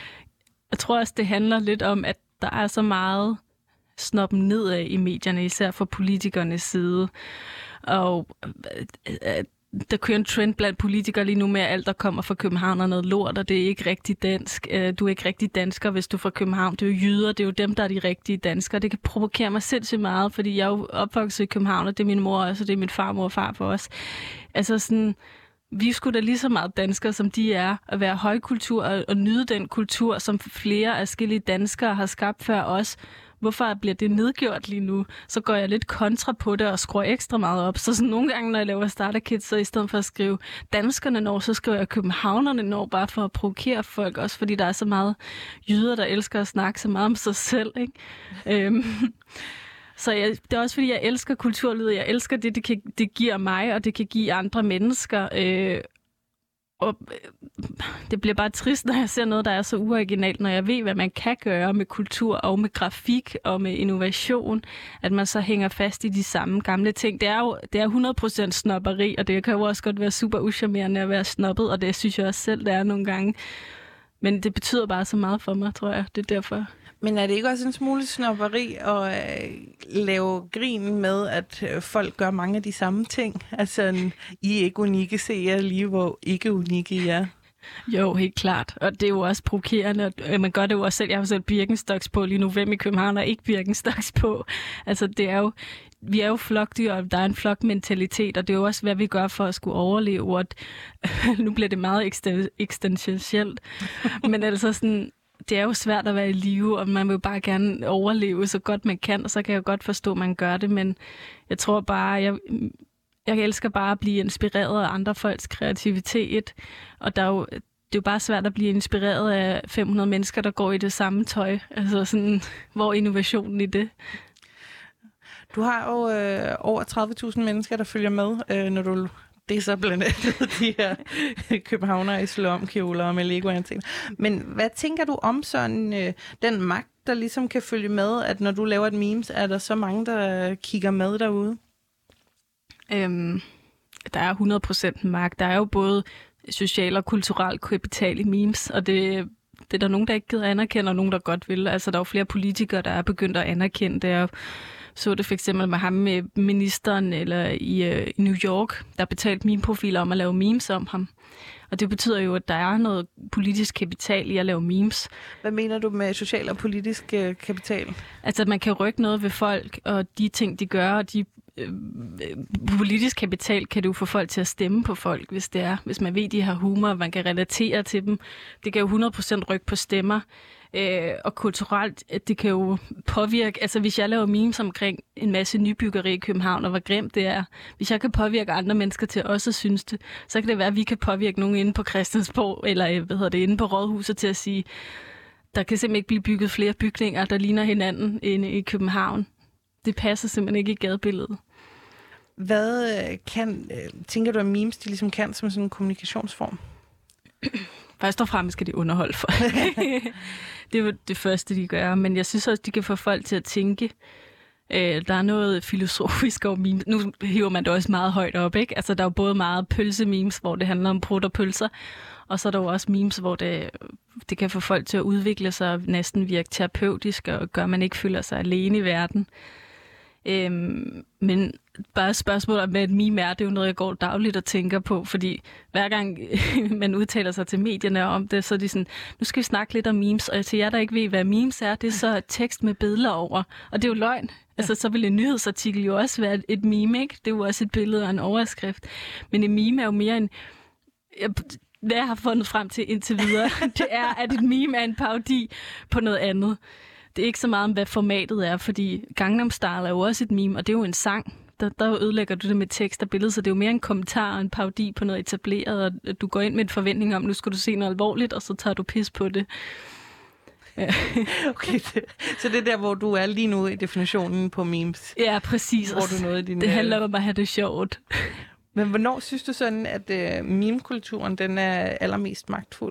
jeg tror også, det handler lidt om, at der er så meget snoppen nedad i medierne, især fra politikernes side. Og øh, der kører en trend blandt politikere lige nu med, at alt, der kommer fra København, er noget lort, og det er ikke rigtig dansk. Du er ikke rigtig dansker, hvis du er fra København. Det er jo jyder, det er jo dem, der er de rigtige danskere. Det kan provokere mig sindssygt meget, fordi jeg er jo opvokset i København, og det er min mor også, og det er min farmor og far for os. Altså sådan, vi skulle da lige så meget danskere, som de er, at være højkultur og, og nyde den kultur, som flere forskellige danskere har skabt før os. Hvorfor bliver det nedgjort lige nu? Så går jeg lidt kontra på det og skruer ekstra meget op. Så sådan nogle gange, når jeg laver starterkits, så i stedet for at skrive danskerne når, så skriver jeg københavnerne når, bare for at provokere folk. Også fordi der er så meget jyder, der elsker at snakke så meget om sig selv, ikke? øhm. Så jeg, det er også fordi, jeg elsker kulturlivet. Jeg elsker det, det, kan, det giver mig, og det kan give andre mennesker. Øh, Og det bliver bare trist, når jeg ser noget, der er så uoriginalt, når jeg ved, hvad man kan gøre med kultur og med grafik og med innovation, at man så hænger fast i de samme gamle ting. Det er jo det er hundrede procent snobberi, og det kan jo også godt være super uschammerende at være snobbet, og det synes jeg også selv, det er nogle gange. Men det betyder bare så meget for mig, tror jeg. Det er derfor. Men er det ikke også en smule snobberi at øh, lave grin med, at øh, folk gør mange af de samme ting? Altså, I er ikke unikke, se jer lige, hvor ikke unikke I er. Jo, helt klart. Og det er jo også provokerende. Man gør det jo også selv. Jeg har jo selv Birkenstocks på lige nu. Hvem i København har ikke Birkenstocks på? Altså, det er jo... Vi er jo flokdyr, og der er en flokmentalitet, og det er jo også, hvad vi gør for at skulle overleve. Og nu bliver det meget eksistentielt. Men altså sådan... Det er jo svært at være i live, og man vil bare gerne overleve så godt man kan, og så kan jeg godt forstå, at man gør det, men jeg tror bare, jeg, jeg elsker bare at blive inspireret af andre folks kreativitet, og der er jo, det er jo bare svært at blive inspireret af fem hundrede mennesker, der går i det samme tøj. Altså sådan, hvor er innovationen i det? Du har jo øh, over tredive tusind mennesker, der følger med, øh, når du... Det er så blandt andet de her københavnere i slumkjoler og med Lego-ansigter. Men hvad tænker du om sådan øh, den magt, der ligesom kan følge med, at når du laver et memes, er der så mange, der kigger med derude? Øhm, der er hundrede procent magt. Der er jo både social og kulturel kapital i memes, og det, det er der nogen, der ikke gider anerkende, og nogen, der godt vil. Altså, der er jo flere politikere, der er begyndt at anerkende det, og så det for eksempel med ham med ministeren eller i, øh, i New York, der betalte meme-profiler om at lave memes om ham. Og det betyder jo, at der er noget politisk kapital i at lave memes. Hvad mener du med social og politisk øh, kapital? Altså, at man kan rykke noget ved folk, og de ting, de gør, og de øh, politisk kapital kan du få folk til at stemme på folk, hvis det er. Hvis man ved, de har humor, og man kan relatere til dem. Det kan jo hundrede procent rykke på stemmer. Øh, og kulturelt, det kan jo påvirke, altså hvis jeg laver memes omkring en masse nybyggeri i København, og hvor grimt det er, hvis jeg kan påvirke andre mennesker til også at synes det, så kan det være, at vi kan påvirke nogen inde på Christiansborg, eller hvad hedder det, inde på Rådhuset til at sige, der kan simpelthen ikke blive bygget flere bygninger, der ligner hinanden inde i København. Det passer simpelthen ikke i gadebilledet. Hvad kan, tænker du, at memes de ligesom kan som sådan en kommunikationsform? Først og fremmest skal de underholde folk. Det er jo det første, de gør. Men jeg synes også, de kan få folk til at tænke. Øh, der er noget filosofisk over memes. Nu hiver man det også meget højt op, ikke? Altså, der er jo både meget pølse-memes, hvor det handler om brud og pølser. Og så er der jo også memes, hvor det, det kan få folk til at udvikle sig og næsten virke terapeutisk, og gør, at man ikke føler sig alene i verden. Øhm, men bare spørgsmålet om, hvad et meme er, det er jo noget, jeg går dagligt og tænker på, fordi hver gang man udtaler sig til medierne om det, så er de sådan, nu skal vi snakke lidt om memes, og til jer, der ikke ved, hvad memes er, det er så tekst med billeder over, og det er jo løgn. Altså, så vil en nyhedsartikel jo også være et meme, ikke? Det er jo også et billede og en overskrift. Men en meme er jo mere en... Hvad jeg har fundet frem til indtil videre, det er, at et meme er en parodi på noget andet. Det er ikke så meget om, hvad formatet er, fordi Gangnam Style er jo også et meme, og det er jo en sang. Der, der ødelægger du det med tekst og billede, så det er jo mere en kommentar og en parodi på noget etableret, og du går ind med en forventning om, nu skal du se noget alvorligt, og så tager du pis på det. Ja. Okay, det, så det er der, hvor du er lige nu i definitionen på memes? Ja, præcis. Hvor du nåede din, det handler om at have det sjovt. Men hvornår synes du sådan, at uh, meme-kulturen den er allermest magtfuld?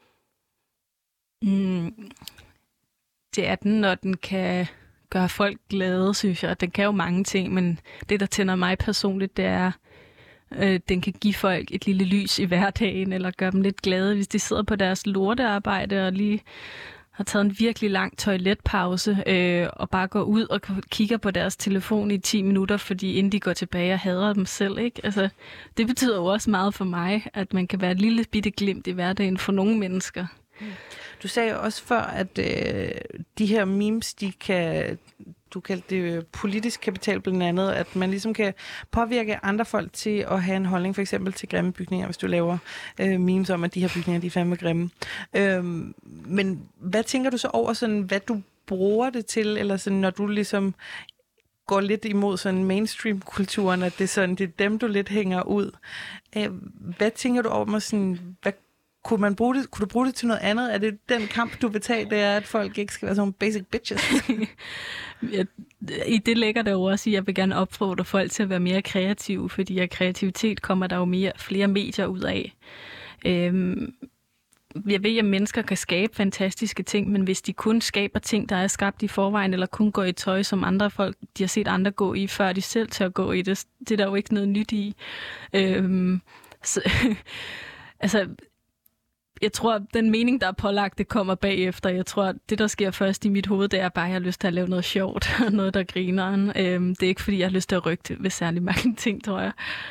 Mm. Det er den, når den kan gøre folk glade, synes jeg. Den kan jo mange ting, men det, der tænder mig personligt, det er, øh, den kan give folk et lille lys i hverdagen, eller gøre dem lidt glade, hvis de sidder på deres lortearbejde og lige har taget en virkelig lang toiletpause, øh, og bare går ud og kigger på deres telefon i ti minutter, fordi inden de går tilbage og hader dem selv, ikke? Altså, det betyder jo også meget for mig, at man kan være et lille bitte glimt i hverdagen for nogle mennesker. Du sagde jo også før, at øh, de her memes, de kan, du kaldte det politisk kapital blandt andet, at man ligesom kan påvirke andre folk til at have en holdning, for eksempel til grimme bygninger, hvis du laver øh, memes om, at de her bygninger, de er fandme grimme. Øh, men hvad tænker du så over, sådan, hvad du bruger det til, eller sådan, når du ligesom går lidt imod sådan mainstream-kulturen, at det er, sådan, det er dem, du lidt hænger ud. Øh, hvad tænker du over, sådan, hvad Kunne, man bruge det, kunne du bruge det til noget andet? Er det den kamp, du vil tage, det er, at folk ikke skal være sådan basic bitches? Ja, i det ligger der jo også, at jeg vil gerne opfordre folk til at være mere kreative, fordi af kreativitet kommer der jo mere, flere medier ud af. Øhm, jeg ved, at mennesker kan skabe fantastiske ting, men hvis de kun skaber ting, der er skabt i forvejen, eller kun går i tøj, som andre folk, de har set andre gå i, før de selv til at gå i det, det er der jo ikke noget nyt i. Øhm, så, altså, jeg tror, den mening, der er pålagt, det kommer bagefter. Jeg tror, det, der sker først i mit hoved, det er bare, at jeg har lyst til at lave noget sjovt, noget, der griner. Øhm, det er ikke, fordi jeg har lyst til at rykke ved særlig mange ting, tror jeg.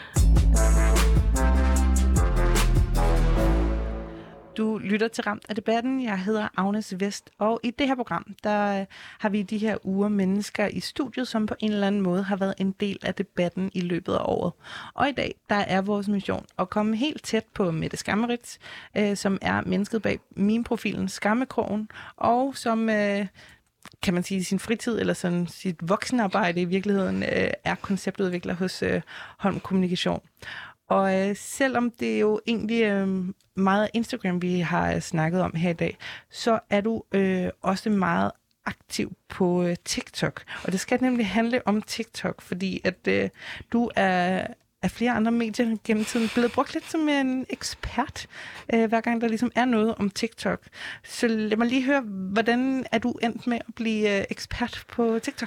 Du lytter til Ramt af Debatten. Jeg hedder Agnes Vest, og i det her program, der har vi de her uger mennesker i studiet, som på en eller anden måde har været en del af debatten i løbet af året. Og i dag, der er vores mission at komme helt tæt på Mette Skammerits, øh, som er mennesket bag meme-profilen Skammekrogen, og som, øh, kan man sige, i sin fritid eller sådan sit voksenarbejde i virkeligheden, øh, er konceptudvikler hos øh, Holm Kommunikation. Og øh, selvom det er jo egentlig øh, meget Instagram, vi har snakket om her i dag, så er du øh, også meget aktiv på øh, TikTok. Og det skal nemlig handle om TikTok, fordi at øh, du er af flere andre medier gennem tiden blevet brugt lidt som en ekspert, øh, hver gang der ligesom er noget om TikTok. Så lad mig lige høre, hvordan er du endt med at blive øh, ekspert på TikTok?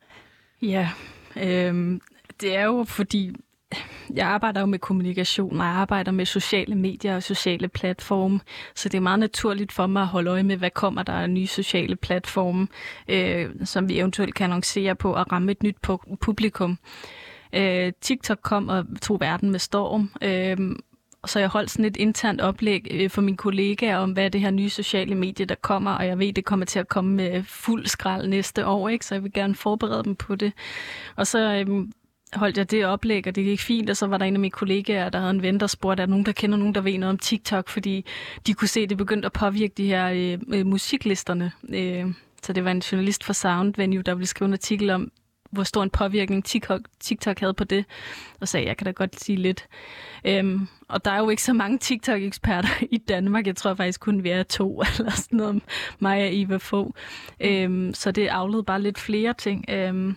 Ja, øh, det er jo fordi... Jeg arbejder jo med kommunikation, og jeg arbejder med sociale medier og sociale platforme, så det er meget naturligt for mig at holde øje med, hvad kommer der af nye sociale platforme, øh, som vi eventuelt kan annoncere på og ramme et nyt publikum. Øh, TikTok kom og tog verden med storm, øh, så jeg holdt sådan et internt oplæg øh, for mine kollegaer om, hvad er det her nye sociale medie, der kommer, og jeg ved, det kommer til at komme med fuld skrald næste år, ikke? Så jeg vil gerne forberede dem på det. Og så... Øh, holdt jeg det oplæg, og det gik fint, og så var der en af mine kollegaer, der havde en ven, der spurgte, er der nogen, der kender nogen, der ved noget om TikTok, fordi de kunne se, at det begyndte at påvirke de her øh, musiklisterne. Øh, så det var en journalist fra Sound Venue, der ville skrive en artikel om, hvor stor en påvirkning TikTok, TikTok havde på det, og sagde, jeg kan da godt sige lidt. Øhm, og der er jo ikke så mange TikTok-eksperter i Danmark. Jeg tror faktisk kun, vi er to, eller sådan noget, mig og Eva få. Øhm, så det aflede bare lidt flere ting. Øhm,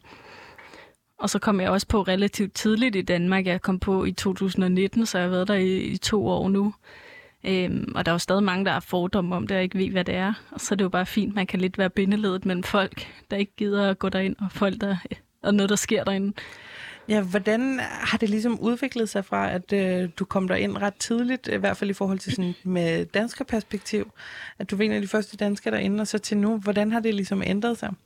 Og så kom jeg også på relativt tidligt i Danmark. Jeg kom på i to tusind og nitten, så jeg har været der i, i to år nu. Øhm, og der er jo stadig mange, der har fordomme om det, og ikke ved, hvad det er. Og så er det jo bare fint, man kan lidt være bindeledet mellem folk, der ikke gider at gå derind, og folk, der og noget, der sker derinde. Ja, hvordan har det ligesom udviklet sig fra, at øh, du kom derind ret tidligt, i hvert fald i forhold til sådan med dansker perspektiv, at du var en af de første danskere derinde, og så til nu, hvordan har det ligesom ændret sig?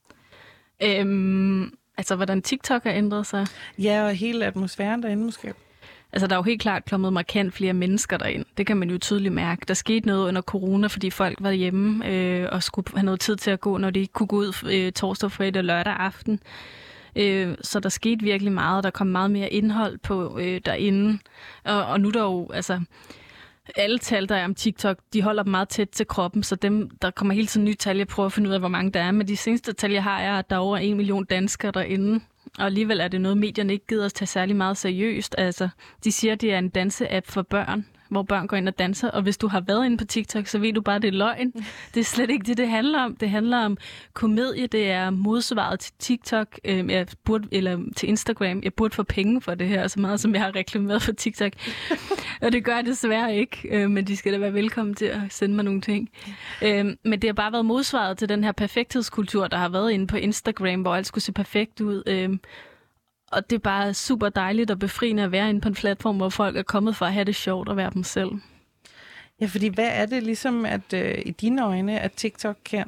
Øhm... Altså, hvordan TikTok har ændret sig? Ja, og hele atmosfæren derinde måske. Altså, der er jo helt klart kommet markant flere mennesker derind. Det kan man jo tydeligt mærke. Der skete noget under corona, fordi folk var hjemme øh, og skulle have noget tid til at gå, når de ikke kunne gå ud øh, torsdag, fredag og lørdag aften. Øh, så der skete virkelig meget. Der kom meget mere indhold på øh, derinde. Og, og nu er der jo, altså... Alle tal, der er om TikTok, de holder dem meget tæt til kroppen, så dem, der kommer hele tiden nye tal, jeg prøver at finde ud af, hvor mange der er. Men de seneste tal, jeg har, er, at der er over en million danskere derinde. Og alligevel er det noget, medierne ikke gider at tage særlig meget seriøst. Altså, de siger, at det er en danse-app for børn, hvor børn går ind og danser. Og hvis du har været inde på TikTok, så ved du bare, at det er løgn. Det er slet ikke det, det handler om. Det handler om komedie. Det er modsvaret til TikTok, øh, jeg burde, eller til Instagram. Jeg burde få penge for det her, så meget som jeg har reklameret for TikTok. Og det gør jeg desværre ikke, øh, men de skal da være velkommen til at sende mig nogle ting. Øh, men det har bare været modsvaret til den her perfekthedskultur, der har været inde på Instagram, hvor alt skulle se perfekt ud. Øh, Og det er bare super dejligt og befriende at være inde på en platform, hvor folk er kommet for at have det sjovt og være dem selv. Ja, fordi hvad er det ligesom, at øh, i dine øjne, at TikTok kan?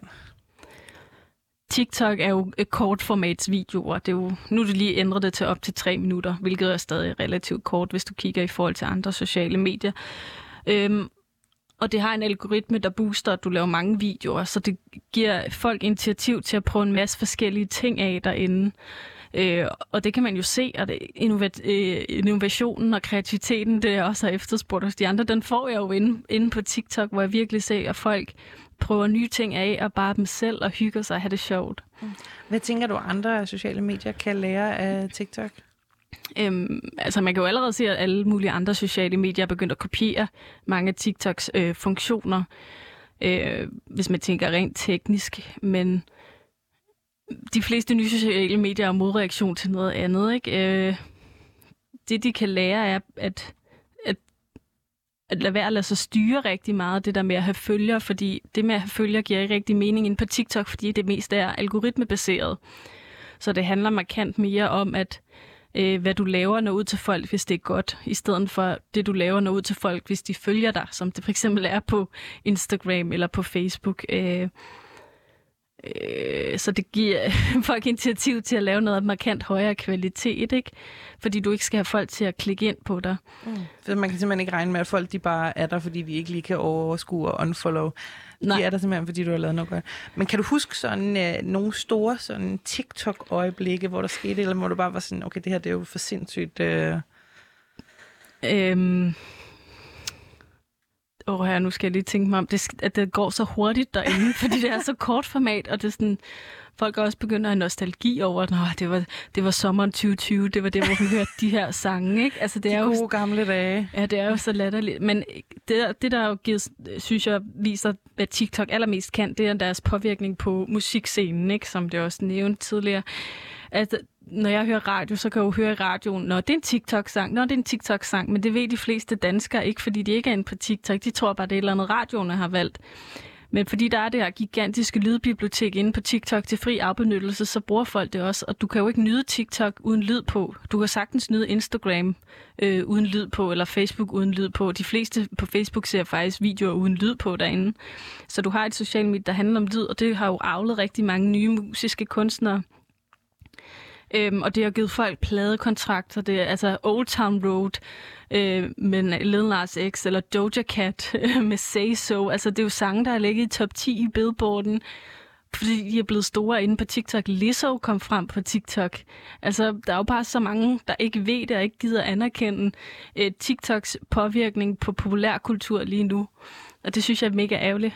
TikTok er jo et kortformats videoer. Det er jo, nu er det lige ændret det til op til tre minutter, hvilket er stadig relativt kort, hvis du kigger i forhold til andre sociale medier. Øhm, og det har en algoritme, der booster, at du laver mange videoer, så det giver folk initiativ til at prøve en masse forskellige ting af derinde. Øh, og det kan man jo se, at innovat- øh, innovationen og kreativiteten, det er også har efterspurgt hos de andre, den får jeg jo inde, inde på TikTok, hvor jeg virkelig ser, at folk prøver nye ting af, og bare dem selv, og hygger sig og have det sjovt. Hvad tænker du, andre sociale medier kan lære af TikTok? Øhm, altså man kan jo allerede se, at alle mulige andre sociale medier er begyndt at kopiere mange af TikToks øh, funktioner, øh, hvis man tænker rent teknisk, men de fleste nye sociale medier er modreaktion til noget andet, ikke? Øh, det, de kan lære, er, at, at, at lade være at lade sig styre rigtig meget, det der med at have følgere, fordi det med at have følgere giver ikke rigtig mening inde på TikTok, fordi det mest er algoritmebaseret. Så det handler markant mere om, at øh, hvad du laver når ud til folk, hvis det er godt, i stedet for det, du laver når ud til folk, hvis de følger dig, som det for eksempel er på Instagram eller på Facebook. Øh, øh, så det giver folk initiativ til at lave noget markant højere kvalitet, ikke? Fordi du ikke skal have folk til at klikke ind på dig. Mm. Så man kan simpelthen ikke regne med, at folk de bare er der, fordi de ikke lige kan overskue og unfollow. Nej. De er der simpelthen, fordi du har lavet noget godt. Men kan du huske sådan øh, nogle store sådan TikTok-øjeblikke, hvor der skete, eller må du bare være sådan, okay, det her det er jo for sindssygt... Øh... Øhm... Åh, her, nu skal jeg lige tænke mig om, det, at det går så hurtigt derinde, fordi det er så kort format, og det er sådan... Folk også begynder at have nostalgi over, at det var, det var sommeren tyve tyve, det var det, hvor vi hørte de her sange, ikke? Altså, det de er gode jo, gamle dage. Ja, det er jo så latterligt. Men det, det der jo givet, synes jeg, viser, at TikTok allermest kan, det er deres påvirkning på musikscenen, ikke? Som det også nævnte tidligere. Altså, når jeg hører radio, så kan jeg jo høre i radioen, når det er en TikTok-sang, når det er en TikTok-sang, men det ved de fleste danskere ikke, fordi de ikke er inde på TikTok. De tror bare, det er et eller andet, radioen har valgt. Men fordi der er det her gigantiske lydbibliotek inde på TikTok til fri afbenyttelse, så bruger folk det også. Og du kan jo ikke nyde TikTok uden lyd på. Du kan sagtens nyde Instagram øh, uden lyd på, eller Facebook uden lyd på. De fleste på Facebook ser faktisk videoer uden lyd på derinde. Så du har et socialt medie, der handler om lyd, og det har jo avlet rigtig mange nye musiske kunstnere. Øhm, og det har givet folk pladekontrakter. Det er altså Old Town Road øh, med Lil Nas X, eller Doja Cat øh, med Say So. Altså det er jo sange, der er ligget i top ti i Billboarden, fordi de er blevet store inde på TikTok. Lizzo kom frem på TikTok. Altså der er jo bare så mange, der ikke ved det og ikke gider anerkende øh, TikToks påvirkning på populærkultur lige nu. Og det synes jeg er mega ærgerligt.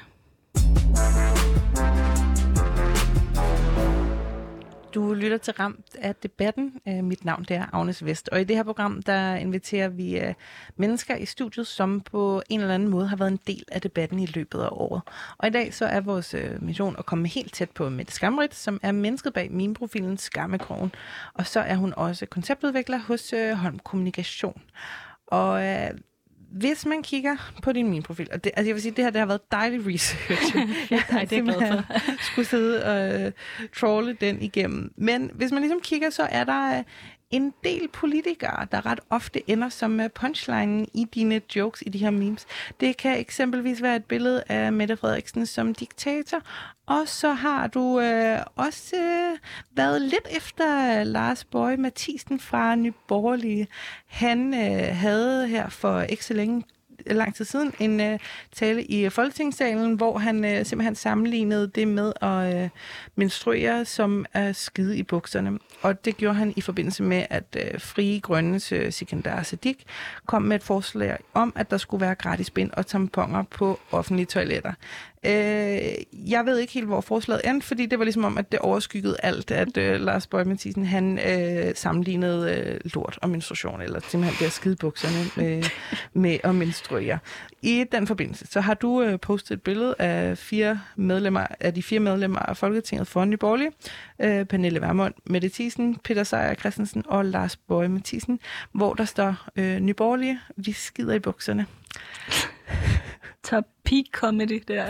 Du lytter til Ramt af Debatten. Mit navn det er Agnes Vest, og i det her program der inviterer vi mennesker i studiet, som på en eller anden måde har været en del af debatten i løbet af året. Og i dag så er vores mission at komme helt tæt på Mette Skamrit, som er mennesket bag meme-profilen Skammekrogen, og så er hun også konceptudvikler hos Holm Kommunikation. Og hvis man kigger på din meme-profil, og det, altså jeg vil sige, det her det har været dejlig research. Jeg har det er glad for. Skulle sidde og uh, trolle den igennem. Men hvis man ligesom kigger, så er der uh, en del politikere, der ret ofte ender som uh, punchlinen i dine jokes, i de her memes. Det kan eksempelvis være et billede af Mette Frederiksen som diktator, og så har du øh, også øh, været lidt efter Lars Boje Mathiesen fra Nye Borgerlige. Han øh, havde her for ikke så længe, lang tid siden en øh, tale i Folketingssalen, hvor han øh, simpelthen sammenlignede det med at øh, menstruere som at skide i bukserne. Og det gjorde han i forbindelse med, at øh, Frie Grønnes øh, Sikandar Siddique kom med et forslag om, at der skulle være gratis bind og tamponer på offentlige toiletter. Øh, jeg ved ikke helt, hvor forslaget endte, fordi det var ligesom om, at det overskyggede alt, at øh, Lars Boje Mathiesen, han øh, sammenlignede øh, lort og menstruation, eller simpelthen det at skide bukserne med, med at menstruere. I den forbindelse, så har du øh, postet et billede af fire medlemmer, af de fire medlemmer af Folketinget for Nye Borgerlige, øh, Pernille Vermund, Mette Thiesen, Peter Seier Christensen og Lars Boje Mathiesen, hvor der står øh, Nye Borgerlige, vi skider i bukserne. Top peak comedy der.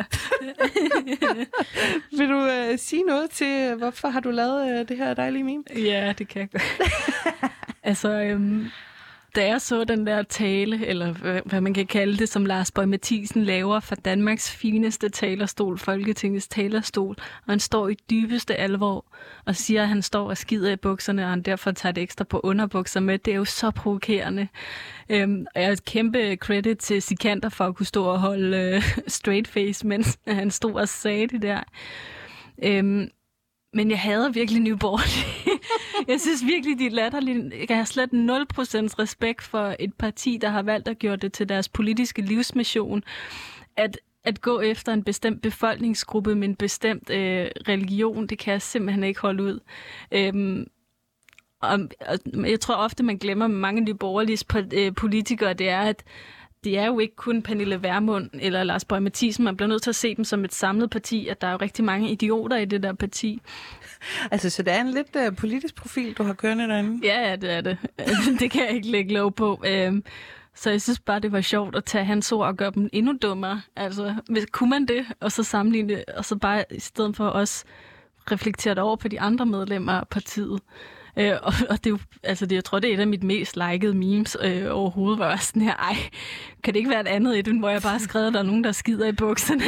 Vil du øh, sige noget til, hvorfor har du lavet øh, det her dejlige meme? Ja, det kan jeg godt. altså, øhm, da jeg så den der tale, eller hvad, hvad man kan kalde det, som Lars Boje Mathiesen laver fra Danmarks fineste talerstol, Folketingets talerstol, og han står i dybeste alvor og siger, at han står og skider i bukserne, og han derfor tager det ekstra på underbukser med. Det er jo så provokerende. Øhm, og jeg har et kæmpe credit til Sikander for at kunne stå og holde øh, straight face, mens han stod og sagde det der. Øhm, men jeg hader virkelig Nye Borgerlige. Jeg synes virkelig, de er latterlige. Jeg har slet nul procent respekt for et parti, der har valgt at gøre det til deres politiske livsmission. At, at gå efter en bestemt befolkningsgruppe med en bestemt øh, religion, det kan jeg simpelthen ikke holde ud. Øhm, og, og jeg tror ofte, man glemmer med mange Nye Borgerlige politikere, det er, at det er jo ikke kun Pernille Vermund eller Lars Boje Mathiesen. Man bliver nødt til at se dem som et samlet parti, at der er jo rigtig mange idioter i det der parti. Altså, så det er en lidt uh, politisk profil, du har kørende derinde? Ja, ja, det er det. Det kan jeg ikke lægge lov på. Øhm, Så jeg synes bare, det var sjovt at tage hans ord og gøre dem endnu dummere. Altså, hvis, kunne man det, og så sammenligne det, og så bare i stedet for os reflektere det over på de andre medlemmer af partiet. Øh, og, og det er jo, altså det, jeg tror, det er et af mit mest likede memes øh, overhovedet, var sådan her, ej, kan det ikke være et andet et, hvor jeg bare har skrevet, at der er nogen, der skider i bukserne?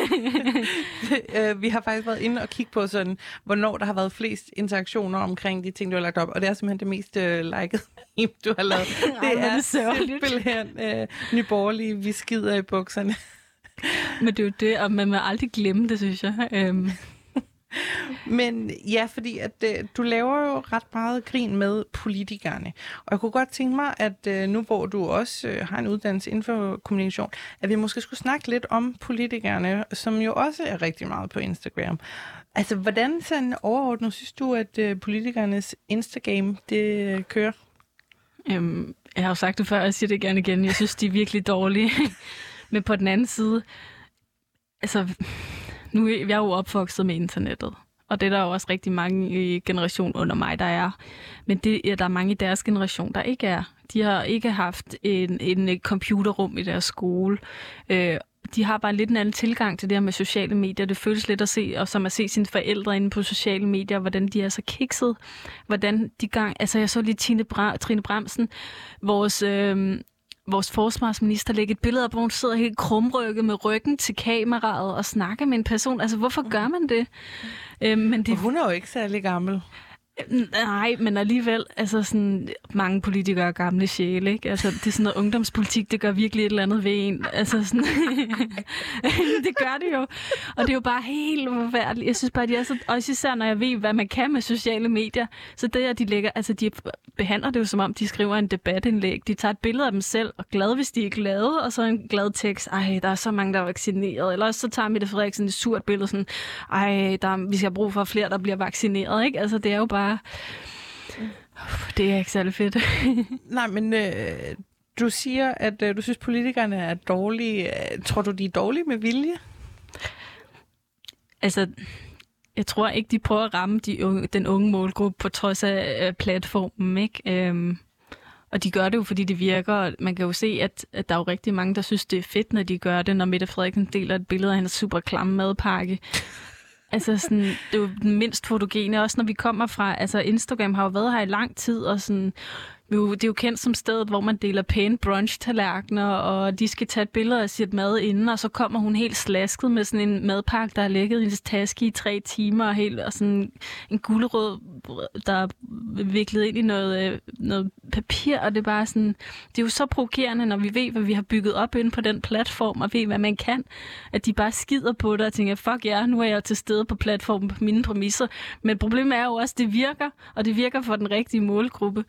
øh, vi har faktisk været inde og kigge på sådan, hvornår der har været flest interaktioner omkring de ting, du har lagt op, og det er simpelthen det mest øh, likede meme, du har lavet. Det ej, er, er simpelthen øh, nyborgerlige, vi skider i bukserne. Men det er jo det, og man må aldrig glemme det, synes jeg. Øhm. Men ja, fordi at øh, du laver jo ret meget grin med politikerne. Og jeg kunne godt tænke mig, at øh, nu hvor du også øh, har en uddannelse inden for kommunikation, at vi måske skulle snakke lidt om politikerne, som jo også er rigtig meget på Instagram. Altså, hvordan sådan overordnet synes du, at øh, politikernes Instagram, det øh, kører? Øhm, jeg har jo sagt det før, og jeg siger det gerne igen. Jeg synes, de er virkelig dårlige. Men på den anden side, altså... Nu er jeg jo opvokset med internettet, og det er der jo også rigtig mange i generation under mig, der er. Men det er der mange i deres generation, der ikke er. De har ikke haft en, en computerrum i deres skole. Øh, de har bare lidt en anden tilgang til det her med sociale medier. Det føles lidt at se, og som at se sine forældre inde på sociale medier, hvordan de er så kikset. Hvordan de gang... Altså, jeg så lige Tine Bra- Trine Bramsen, vores... Øh, vores forsvarsminister lægger et billede op, hvor hun sidder helt krumrykket med ryggen til kameraet og snakker med en person. Altså, hvorfor gør man det? Øhm, men det... Og hun er jo ikke særlig gammel. Nej, men alligevel, altså sådan, mange politikere er gamle sjæle, ikke? Altså, det er sådan noget ungdomspolitik, det gør virkelig et eller andet ved en. Altså sådan, det gør det jo. Og det er jo bare helt forfærdeligt. Jeg synes bare, de er så, også især når jeg ved, hvad man kan med sociale medier, så det at de lægger, altså de behandler det jo som om, de skriver en debatindlæg. De tager et billede af dem selv, og glad, hvis de er glade, og så en glad tekst. Ej, der er så mange, der er vaccineret. Eller også så tager Mette Frederiksen et surt billede, sådan, ej, der, vi skal have brug for flere, der bliver vaccineret, ikke? Altså, det er jo bare det er ikke særlig fedt. Nej, men øh, du siger, at øh, du synes, politikerne er dårlige. Tror du, de er dårlige med vilje? Altså, jeg tror ikke, de prøver at ramme de unge, den unge målgruppe på trods af øh, platformen, ikke? Øhm, og de gør det jo, fordi det virker. Og man kan jo se, at, at der er jo rigtig mange, der synes, det er fedt, når de gør det, når Mette Frederiksen deler et billede af hendes super klamme madpakke. Altså sådan, det er jo den mindst fotogene, også når vi kommer fra, altså Instagram har jo været her i lang tid, og sådan, det er jo kendt som stedet, hvor man deler pæne brunch-tallerkener, og de skal tage et billede af sit mad inden, og så kommer hun helt slasket med sådan en madpakke, der har ligget i hendes taske i tre timer, og, helt, og sådan en gulerod, der er viklet ind i noget, noget papir, og det er bare sådan, det er jo så provokerende, når vi ved, hvad vi har bygget op inde på den platform, og ved, hvad man kan, at de bare skider på det, og tænker, fuck ja, nu er jeg til stede på platformen på mine præmisser. Men problemet er jo også, at det virker, og det virker for den rigtige målgruppe.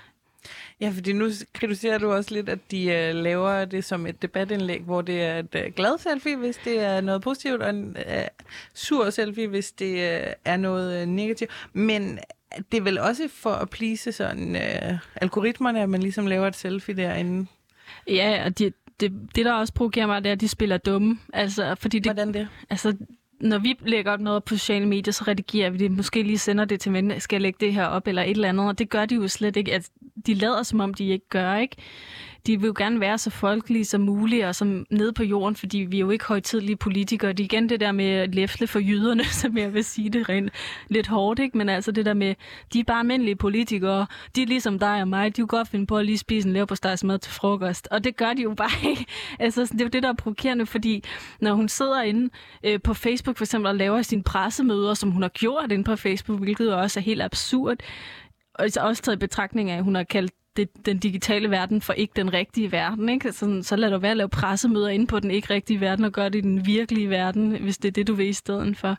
Ja, fordi nu kritiserer du også lidt, at de uh, laver det som et debatindlæg, hvor det er et uh, glad selfie, hvis det er noget positivt, og en uh, sur selfie, hvis det uh, er noget uh, negativt. Men det er vel også for at please sådan uh, algoritmerne, at man ligesom laver et selfie derinde? Ja, og de, det, det, der også provokerer mig, det er, at de spiller dumme. Altså, fordi det, hvordan det? Altså, når vi lægger op noget på sociale medier, så redigerer vi det. Måske lige sender det til mænd, skal jeg lægge det her op eller et eller andet. Og det gør de jo slet ikke. Altså, de lader, som om de ikke gør, ikke? De vil jo gerne være så folkelige som muligt og som nede på jorden, fordi vi er jo ikke højtidelige politikere. Det er igen det der med at læfle for jyderne, som jeg vil sige det rent lidt hårdt, ikke? Men altså det der med, de er bare almindelige politikere. De er ligesom dig og mig. De kan godt finde på at lige spise en leverpostejsmad til frokost. Og det gør de jo bare ikke. Altså det er jo det, der er provokerende, fordi når hun sidder inde øh, på Facebook for eksempel og laver sine pressemøder, som hun har gjort inde på Facebook, hvilket jo også er helt absurd, og også taget i betragtning af, at hun har kaldt det, den digitale verden for ikke den rigtige verden, ikke? Så, så lad du være at lave pressemøder inde på den ikke rigtige verden, og gøre det i den virkelige verden, hvis det er det, du vil i stedet for.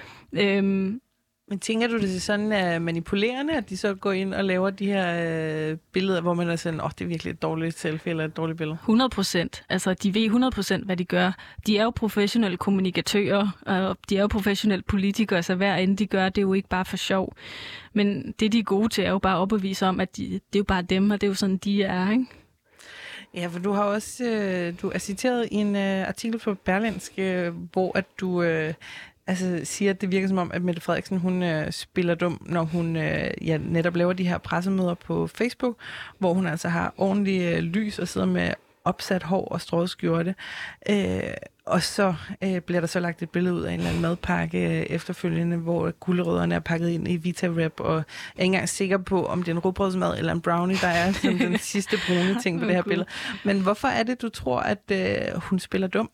Øhm, Men tænker du, det er sådan uh, manipulerende, at de så går ind og laver de her uh, billeder, hvor man er sådan, åh, oh, det er virkelig et dårligt selfie eller et dårligt billede? hundrede procent. Altså, de ved hundrede procent, hvad de gør. De er jo professionelle kommunikatører, og de er jo professionelle politikere, så hver end de gør, det er jo ikke bare for sjov. Men det, de er gode til, er jo bare at overbevise om, at de, det er jo bare dem, og det er jo sådan, de er, ikke? Ja, for du har også øh, du er citeret i en øh, artikel på Berlingske, øh, hvor at du øh, altså, siger, at det virker som om, at Mette Frederiksen hun, øh, spiller dum, når hun øh, ja, netop laver de her pressemøder på Facebook, hvor hun altså har ordentligt øh, lys og sidder med opsat hår og strøget skjorte. Øh, og så øh, bliver der så lagt et billede ud af en eller anden madpakke øh, efterfølgende, hvor gulerødderne er pakket ind i Vita-Wrap, og jeg er ikke engang sikker på, om det er en rugbrødsmad eller en brownie, der er som den sidste brune ting på det her billede. Men hvorfor er det, du tror, at øh, hun spiller dum?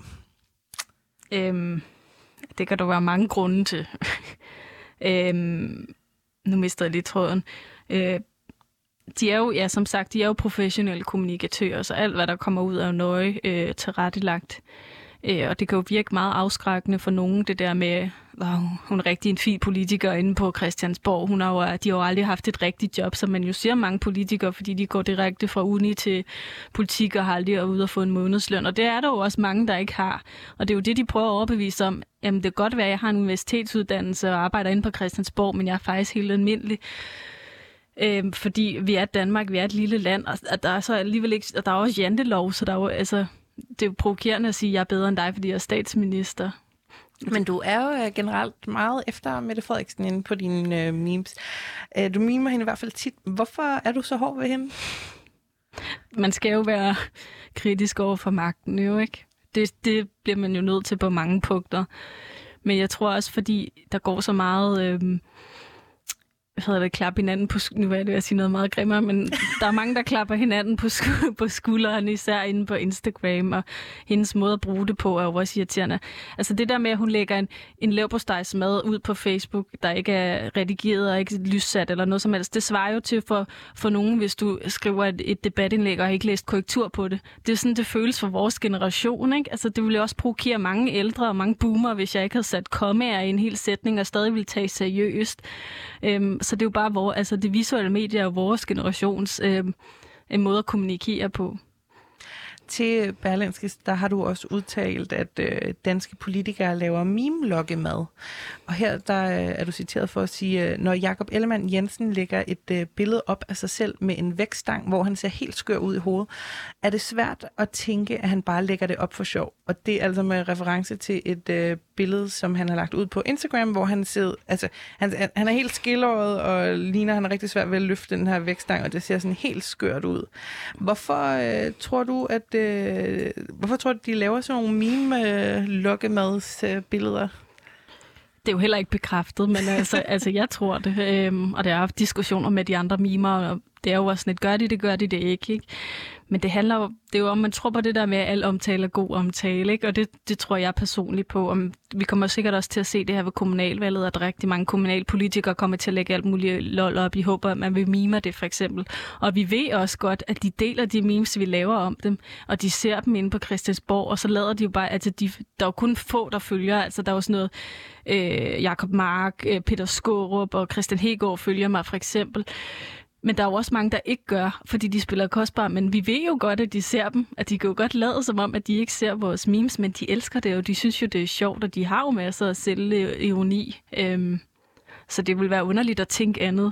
Øhm, det kan der være mange grunde til. øhm, nu mister jeg lige tråden. Øh, De er jo, ja, som sagt, de er jo professionelle kommunikatører, så alt, hvad der kommer ud, er jo nøje øh, tilrettelagt. Øh, og det kan jo virke meget afskrækkende for nogen, det der med, wow, hun er rigtig en fin politiker inde på Christiansborg. Hun har jo, de har jo aldrig haft et rigtigt job, som man jo siger mange politikere, fordi de går direkte fra uni til politik og har aldrig været ude og få en månedsløn. Og det er der jo også mange, der ikke har. Og det er jo det, de prøver at overbevise om. Jamen, det kan godt være, at jeg har en universitetsuddannelse og arbejder inde på Christiansborg, men jeg er faktisk helt almindelig. Øhm, fordi vi er Danmark, vi er et lille land, og der er så alligevel ikke, og der er også jantelov, så der er jo, altså, det er jo provokerende at sige, at jeg er bedre end dig, fordi jeg er statsminister. Men du er jo generelt meget efter Mette Frederiksen inde på dine øh, memes. Øh, du mimer hende i hvert fald tit. Hvorfor er du så hård ved hende? Man skal jo være kritisk over for magten, jo ikke? Det, det bliver man jo nødt til på mange punkter. Men jeg tror også, fordi der går så meget... Øh, hvad hedder det, klappe hinanden på nu er det at sige noget meget grimmere, men der er mange, der klapper hinanden på, sk- på skulderen, især inde på Instagram, og hendes måde at bruge det på er jo også irriterende. Altså det der med, at hun lægger en, en leverpostejsmad ud på Facebook, der ikke er redigeret og ikke lyssat eller noget som helst, det svarer jo til for, for nogen, hvis du skriver et, et debatindlæg og har ikke læst korrektur på det. Det er sådan, det føles for vores generation, ikke? Altså det ville også provokere mange ældre og mange boomer, hvis jeg ikke havde sat kommaer i en hel sætning og stadig ville tage seriøst. Øhm, Så det er jo bare vores, altså det visuelle medie er jo vores generations øh, en måde at kommunikere på. Til Berlingske, der har du også udtalt, at øh, danske politikere laver meme-lokkemad. Og her der øh, er du citeret for at sige, øh, når Jakob Ellemann-Jensen lægger et øh, billede op af sig selv med en vækststang, hvor han ser helt skør ud i hovedet, er det svært at tænke, at han bare lægger det op for sjov. Og det er altså med reference til et øh, billede, som han har lagt ud på Instagram, hvor han sidder, altså han, han er helt skilleret og ligner, han er rigtig svært ved at løfte den her vækststang, og det ser sådan helt skørt ud. Hvorfor øh, tror du, at øh, hvorfor tror du, de laver sådan nogle meme-lokkemadsbilleder? Det er jo heller ikke bekræftet, men altså, altså jeg tror det. Øhm, og der har haft diskussioner med de andre mimer, og det er jo også sådan et, gør de det, gør de det ikke, ikke? Men det handler jo, det er jo om, man tror på det der med, at al omtale er god omtale, ikke? Og det, det tror jeg personligt på. Og vi kommer sikkert også til at se det her ved kommunalvalget, at rigtig mange kommunalpolitikere kommer til at lægge alt muligt lol op i håber, at man vil mime det for eksempel. Og vi ved også godt, at de deler de memes, vi laver om dem, og de ser dem inde på Christiansborg, og så lader de jo bare, altså de, der er jo kun få, der følger, altså der er jo sådan noget, øh, Jakob Mark, øh, Peter Skårup og Christian Hegård følger mig for eksempel. Men der er jo også mange, der ikke gør, fordi de spiller kostbart. Men vi ved jo godt, at de ser dem. At de kan jo godt lade som om, at de ikke ser vores memes, men de elsker det jo. De synes jo, det er sjovt, og de har jo masser af selvironi. Øhm, så det vil være underligt at tænke andet.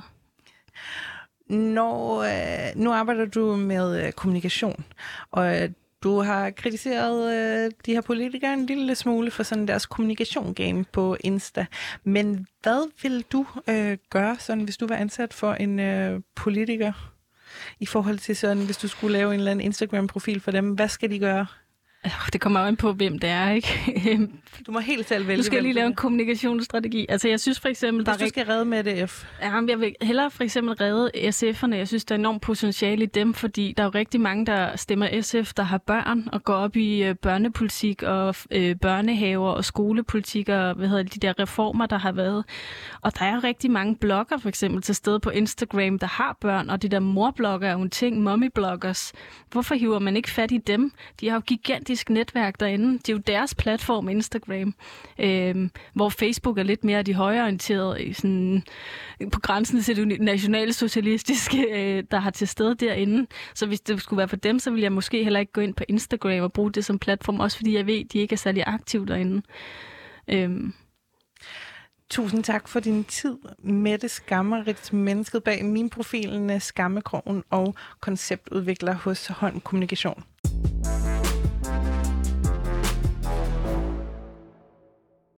Når, øh, nu arbejder du med øh, kommunikation, og øh, du har kritiseret øh, de her politikere en lille smule for sådan deres kommunikation-game på Insta. Men hvad vil du øh, gøre, sådan, hvis du var ansat for en øh, politiker, i forhold til sådan, hvis du skulle lave en eller anden Instagram-profil for dem? Hvad skal de gøre? Det kommer jo an på, hvem det er, ikke? Du må helt selv vælge. Du skal lige lave en kommunikationsstrategi. Altså, jeg synes for eksempel... Hvis du skal redde med det F. Ja, jeg vil hellere for eksempel redde S F'erne. Jeg synes, der er enormt potentiale i dem, fordi der er jo rigtig mange, der stemmer S F, der har børn og går op i øh, børnepolitik og øh, børnehaver og skolepolitik og hvad hedder det, de der reformer, der har været. Og der er jo rigtig mange blogger for eksempel til stede på Instagram, der har børn, og de der morblogger er jo en ting, mommybloggers. Hvorfor hiver man ikke fat i dem? De har jo gigantisk netværk derinde. Det er jo deres platform, Instagram, øh, hvor Facebook er lidt mere de højreorienterede, sådan, på grænsen til det nationalsocialistiske, øh, der har til stede derinde. Så hvis det skulle være for dem, så ville jeg måske heller ikke gå ind på Instagram og bruge det som platform, også fordi jeg ved, at de ikke er særlig aktive derinde. Øh. Tusind tak for din tid, Mette Skammerits, mennesket bag meme-profilen Skammekrogen og konceptudvikler hos Holm Kommunikation.